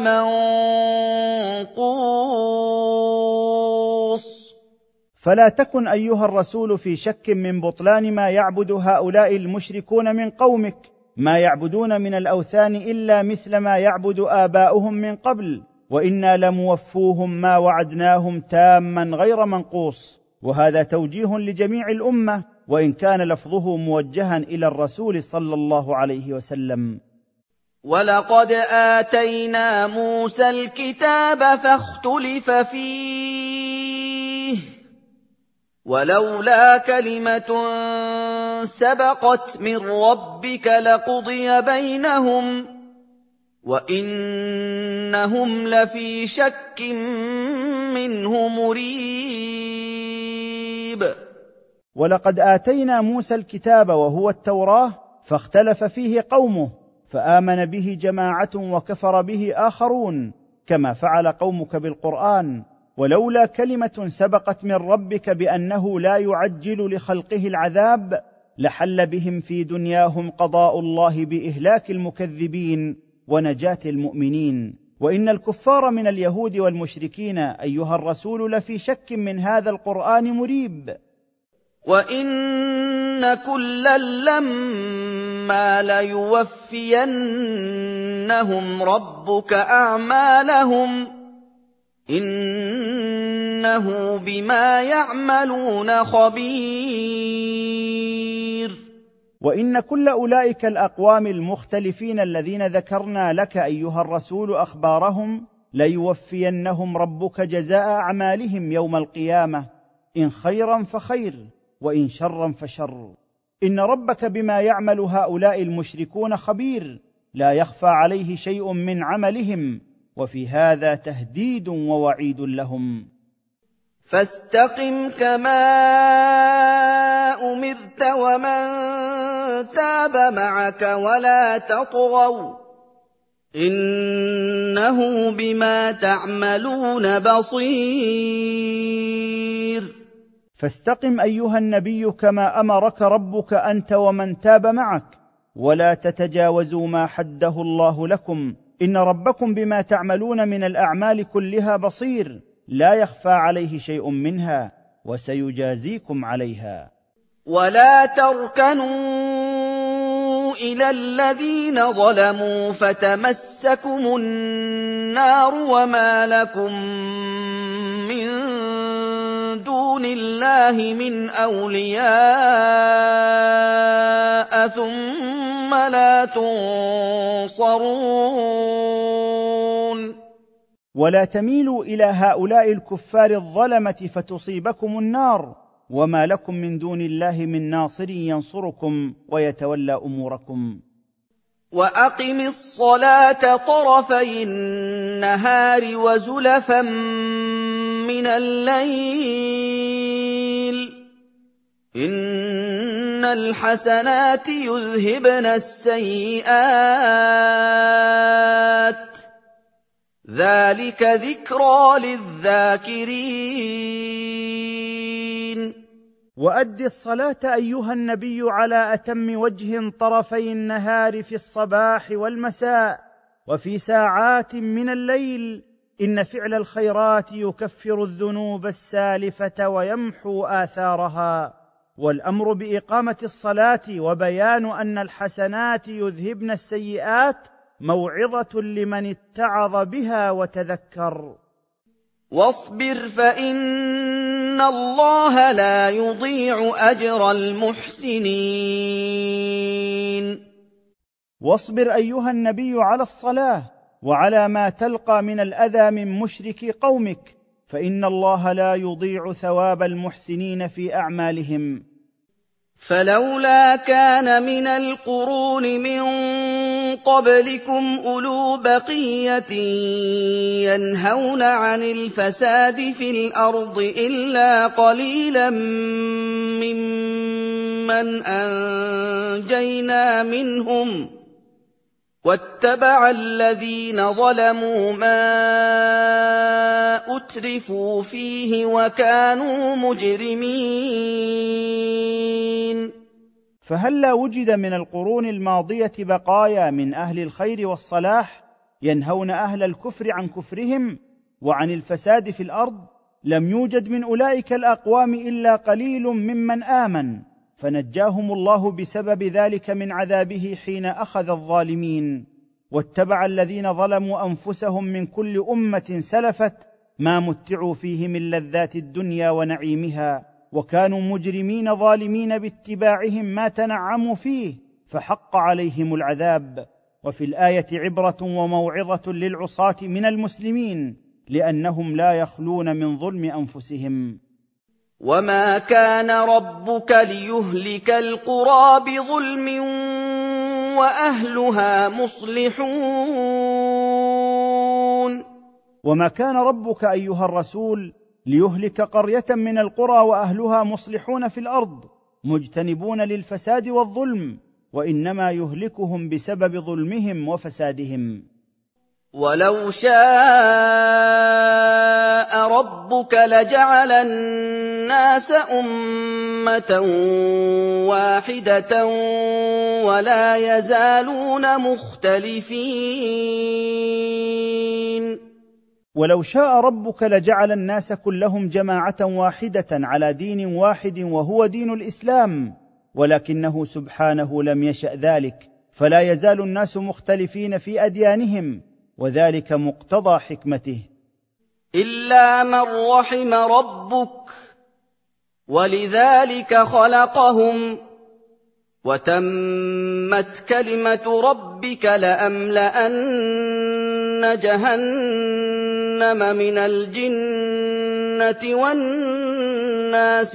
منقوص. فلا تكن أيها الرسول في شك من بطلان ما يعبد هؤلاء المشركون من قومك، ما يعبدون من الأوثان إلا مثل ما يعبد آباؤهم من قبل، وإنا لموفوهم ما وعدناهم تاما غير منقوص. وهذا توجيه لجميع الأمة، وإن كان لفظه موجها إلى الرسول صلى الله عليه وسلم. ولقد آتينا موسى الكتاب فاختلف فيه، ولولا كلمة سبقت من ربك لقضي بينهم، وإنهم لفي شك منه مريب. ولقد آتينا موسى الكتاب وهو التوراة فاختلف فيه قومه، فآمن به جماعة وكفر به آخرون، كما فعل قومك بالقرآن. ولولا كلمة سبقت من ربك بأنه لا يعجل لخلقه العذاب لحل بهم في دنياهم قضاء الله بإهلاك المكذبين ونجاة المؤمنين. وإن الكفار من اليهود والمشركين أيها الرسول لفي شك من هذا القرآن مريب. وَإِنَّ كُلًّا لَّمَّا لَيُوَفِّيَنَّهُمْ رَبُّكَ أَعْمَالَهُمْ ۚ إِنَّهُ بِمَا يَعْمَلُونَ خَبِيرٌ. وإن كل أولئك الأقوام المختلفين الذين ذكرنا لك أيها الرسول أخبارهم ليوفينهم ربك جزاء أعمالهم يوم القيامة، إن خيرا فخير وإن شرا فشر. إن ربك بما يعمل هؤلاء المشركون خبير، لا يخفى عليه شيء من عملهم، وفي هذا تهديد ووعيد لهم. فاستقم كما أمرت ومن تاب معك ولا تطغوا إنه بما تعملون بصير. فاستقم أيها النبي كما أمرك ربك أنت ومن تاب معك، ولا تتجاوزوا ما حده الله لكم، إن ربكم بما تعملون من الأعمال كلها بصير، لا يخفى عليه شيء منها، وسيجازيكم عليها. ولا تركنوا إلى الذين ظلموا فتمسكم النار وما لكم من دون الله من أولياء ثم لا تنصرون. ولا تميلوا إلى هؤلاء الكفار الظلمة فتصيبكم النار، وما لكم من دون الله من ناصر ينصركم ويتولى أموركم. وأقم الصلاة طرفي النهار وزلفا من الليل إن الحسنات يذهبن السيئات ذلك ذكرى للذاكرين. وأد الصلاة أيها النبي على أتم وجه طرفي النهار في الصباح والمساء وفي ساعات من الليل، إن فعل الخيرات يكفر الذنوب السالفة ويمحو آثارها. والأمر بإقامة الصلاة وبيان أن الحسنات يذهبن السيئات موعظة لمن اتعظ بها وتذكر. واصبر فإن الله لا يضيع أجر المحسنين. واصبر أيها النبي على الصلاة وعلى ما تلقى من الأذى من مشركي قومك، فإن الله لا يضيع ثواب المحسنين في أعمالهم. فلولا كان من القرون من قبلكم أولو بقية ينهون عن الفساد في الأرض إلا قليلا ممن أنجينا منهم واتبع الذين ظلموا ما أترفوا فيه وكانوا مجرمين. فهلا وجد من القرون الماضية بقايا من أهل الخير والصلاح ينهون أهل الكفر عن كفرهم وعن الفساد في الأرض؟ لم يوجد من أولئك الأقوام إلا قليل ممن آمن، فنجاهم الله بسبب ذلك من عذابه حين أخذ الظالمين. واتبع الذين ظلموا أنفسهم من كل أمة سلفت ما متعوا فيه من لذات الدنيا ونعيمها، وكانوا مجرمين ظالمين باتباعهم ما تنعموا فيه، فحق عليهم العذاب. وفي الآية عبرة وموعظة للعصاة من المسلمين، لأنهم لا يخلون من ظلم أنفسهم. وما كان ربك ليهلك القرى بظلم وأهلها مصلحون. وما كان ربك أيها الرسول ليهلك قرية من القرى وأهلها مصلحون في الأرض مجتنبون للفساد والظلم، وإنما يهلكهم بسبب ظلمهم وفسادهم. ولو شاء ربك لجعل الناس أمة واحدة ولا يزالون مختلفين. ولو شاء ربك لجعل الناس كلهم جماعة واحدة على دين واحد وهو دين الإسلام، ولكنه سبحانه لم يشأ ذلك، فلا يزال الناس مختلفين في أديانهم، وذلك مقتضى حكمته. إلا من رحم ربك ولذلك خلقهم وتمت كلمة ربك لأملأن جهنم من الجنة والناس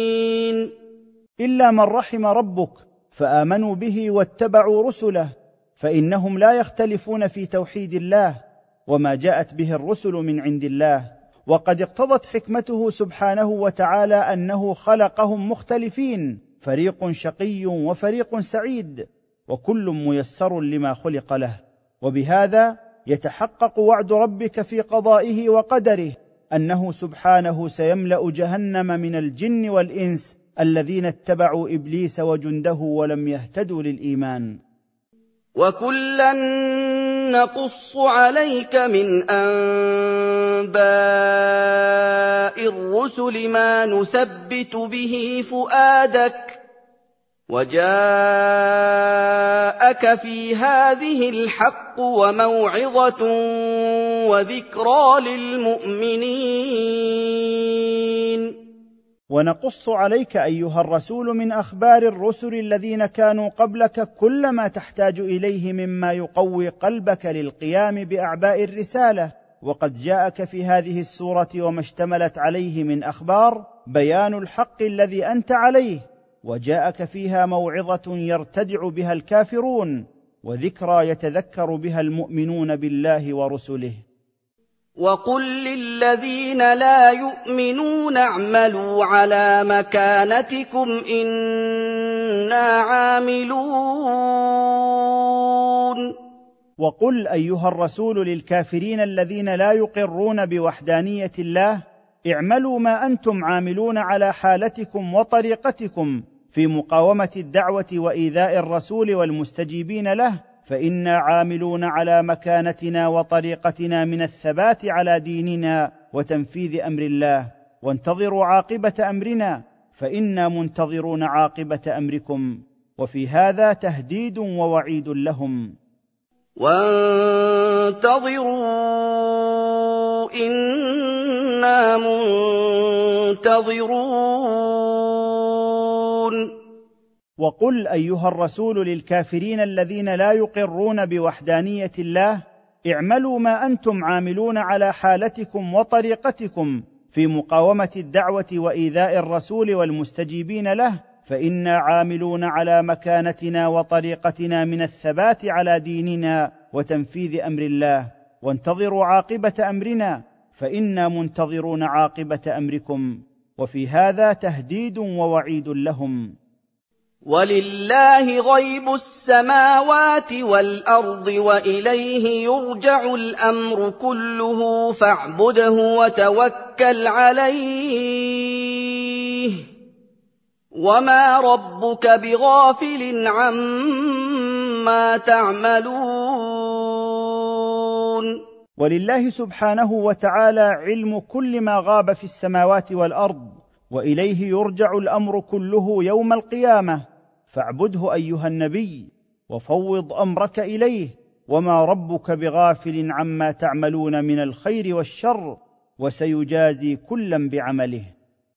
أجمعين. إلا من رحم ربك فآمنوا به واتبعوا رسله، فانهم لا يختلفون في توحيد الله وما جاءت به الرسل من عند الله، وقد اقتضت حكمته سبحانه وتعالى انه خلقهم مختلفين، فريق شقي وفريق سعيد، وكل ميسر لما خلق له. وبهذا يتحقق وعد ربك في قضائه وقدره انه سبحانه سيملا جهنم من الجن والانس الذين اتبعوا ابليس وجنده ولم يهتدوا للايمان. وكلا نقص عليك من أنباء الرسل ما نثبت به فؤادك، وجاءك في هذه الحق وموعظة وذكرى للمؤمنين. ونقص عليك ايها الرسول من اخبار الرسل الذين كانوا قبلك كل ما تحتاج اليه مما يقوي قلبك للقيام باعباء الرساله، وقد جاءك في هذه السوره وما اشتملت عليه من اخبار بيان الحق الذي انت عليه، وجاءك فيها موعظه يرتدع بها الكافرون، وذكرى يتذكر بها المؤمنون بالله ورسله. وقل للذين لا يؤمنون اعملوا على مكانتكم إنا عاملون. وقل ايها الرسول للكافرين الذين لا يقرون بوحدانيه الله اعملوا ما انتم عاملون على حالتكم وطريقتكم في مقاومه الدعوه وايذاء الرسول والمستجيبين له، فإنا عاملون على مكانتنا وطريقتنا من الثبات على ديننا وتنفيذ أمر الله، وانتظروا عاقبة أمرنا فإنا منتظرون عاقبة أمركم، وفي هذا تهديد ووعيد لهم. وانتظروا إنا منتظرون. وقل ايها الرسول للكافرين الذين لا يقرون بوحدانيه الله اعملوا ما انتم عاملون على حالتكم وطريقتكم في مقاومه الدعوه وايذاء الرسول والمستجيبين له، فإنا عاملون على مكانتنا وطريقتنا من الثبات على ديننا وتنفيذ أمر الله، وانتظروا عاقبة أمرنا فإنا منتظرون عاقبة أمركم، وفي هذا تهديد ووعيد لهم. ولله غيب السماوات والأرض وإليه يرجع الأمر كله فاعبده وتوكل عليه وما ربك بغافل عما تعملون. ولله سبحانه وتعالى علم كل ما غاب في السماوات والأرض، وإليه يرجع الأمر كله يوم القيامة، فاعبده أيها النبي وفوض أمرك إليه، وما ربك بغافل عما تعملون من الخير والشر، وسيجازي كلا بعمله.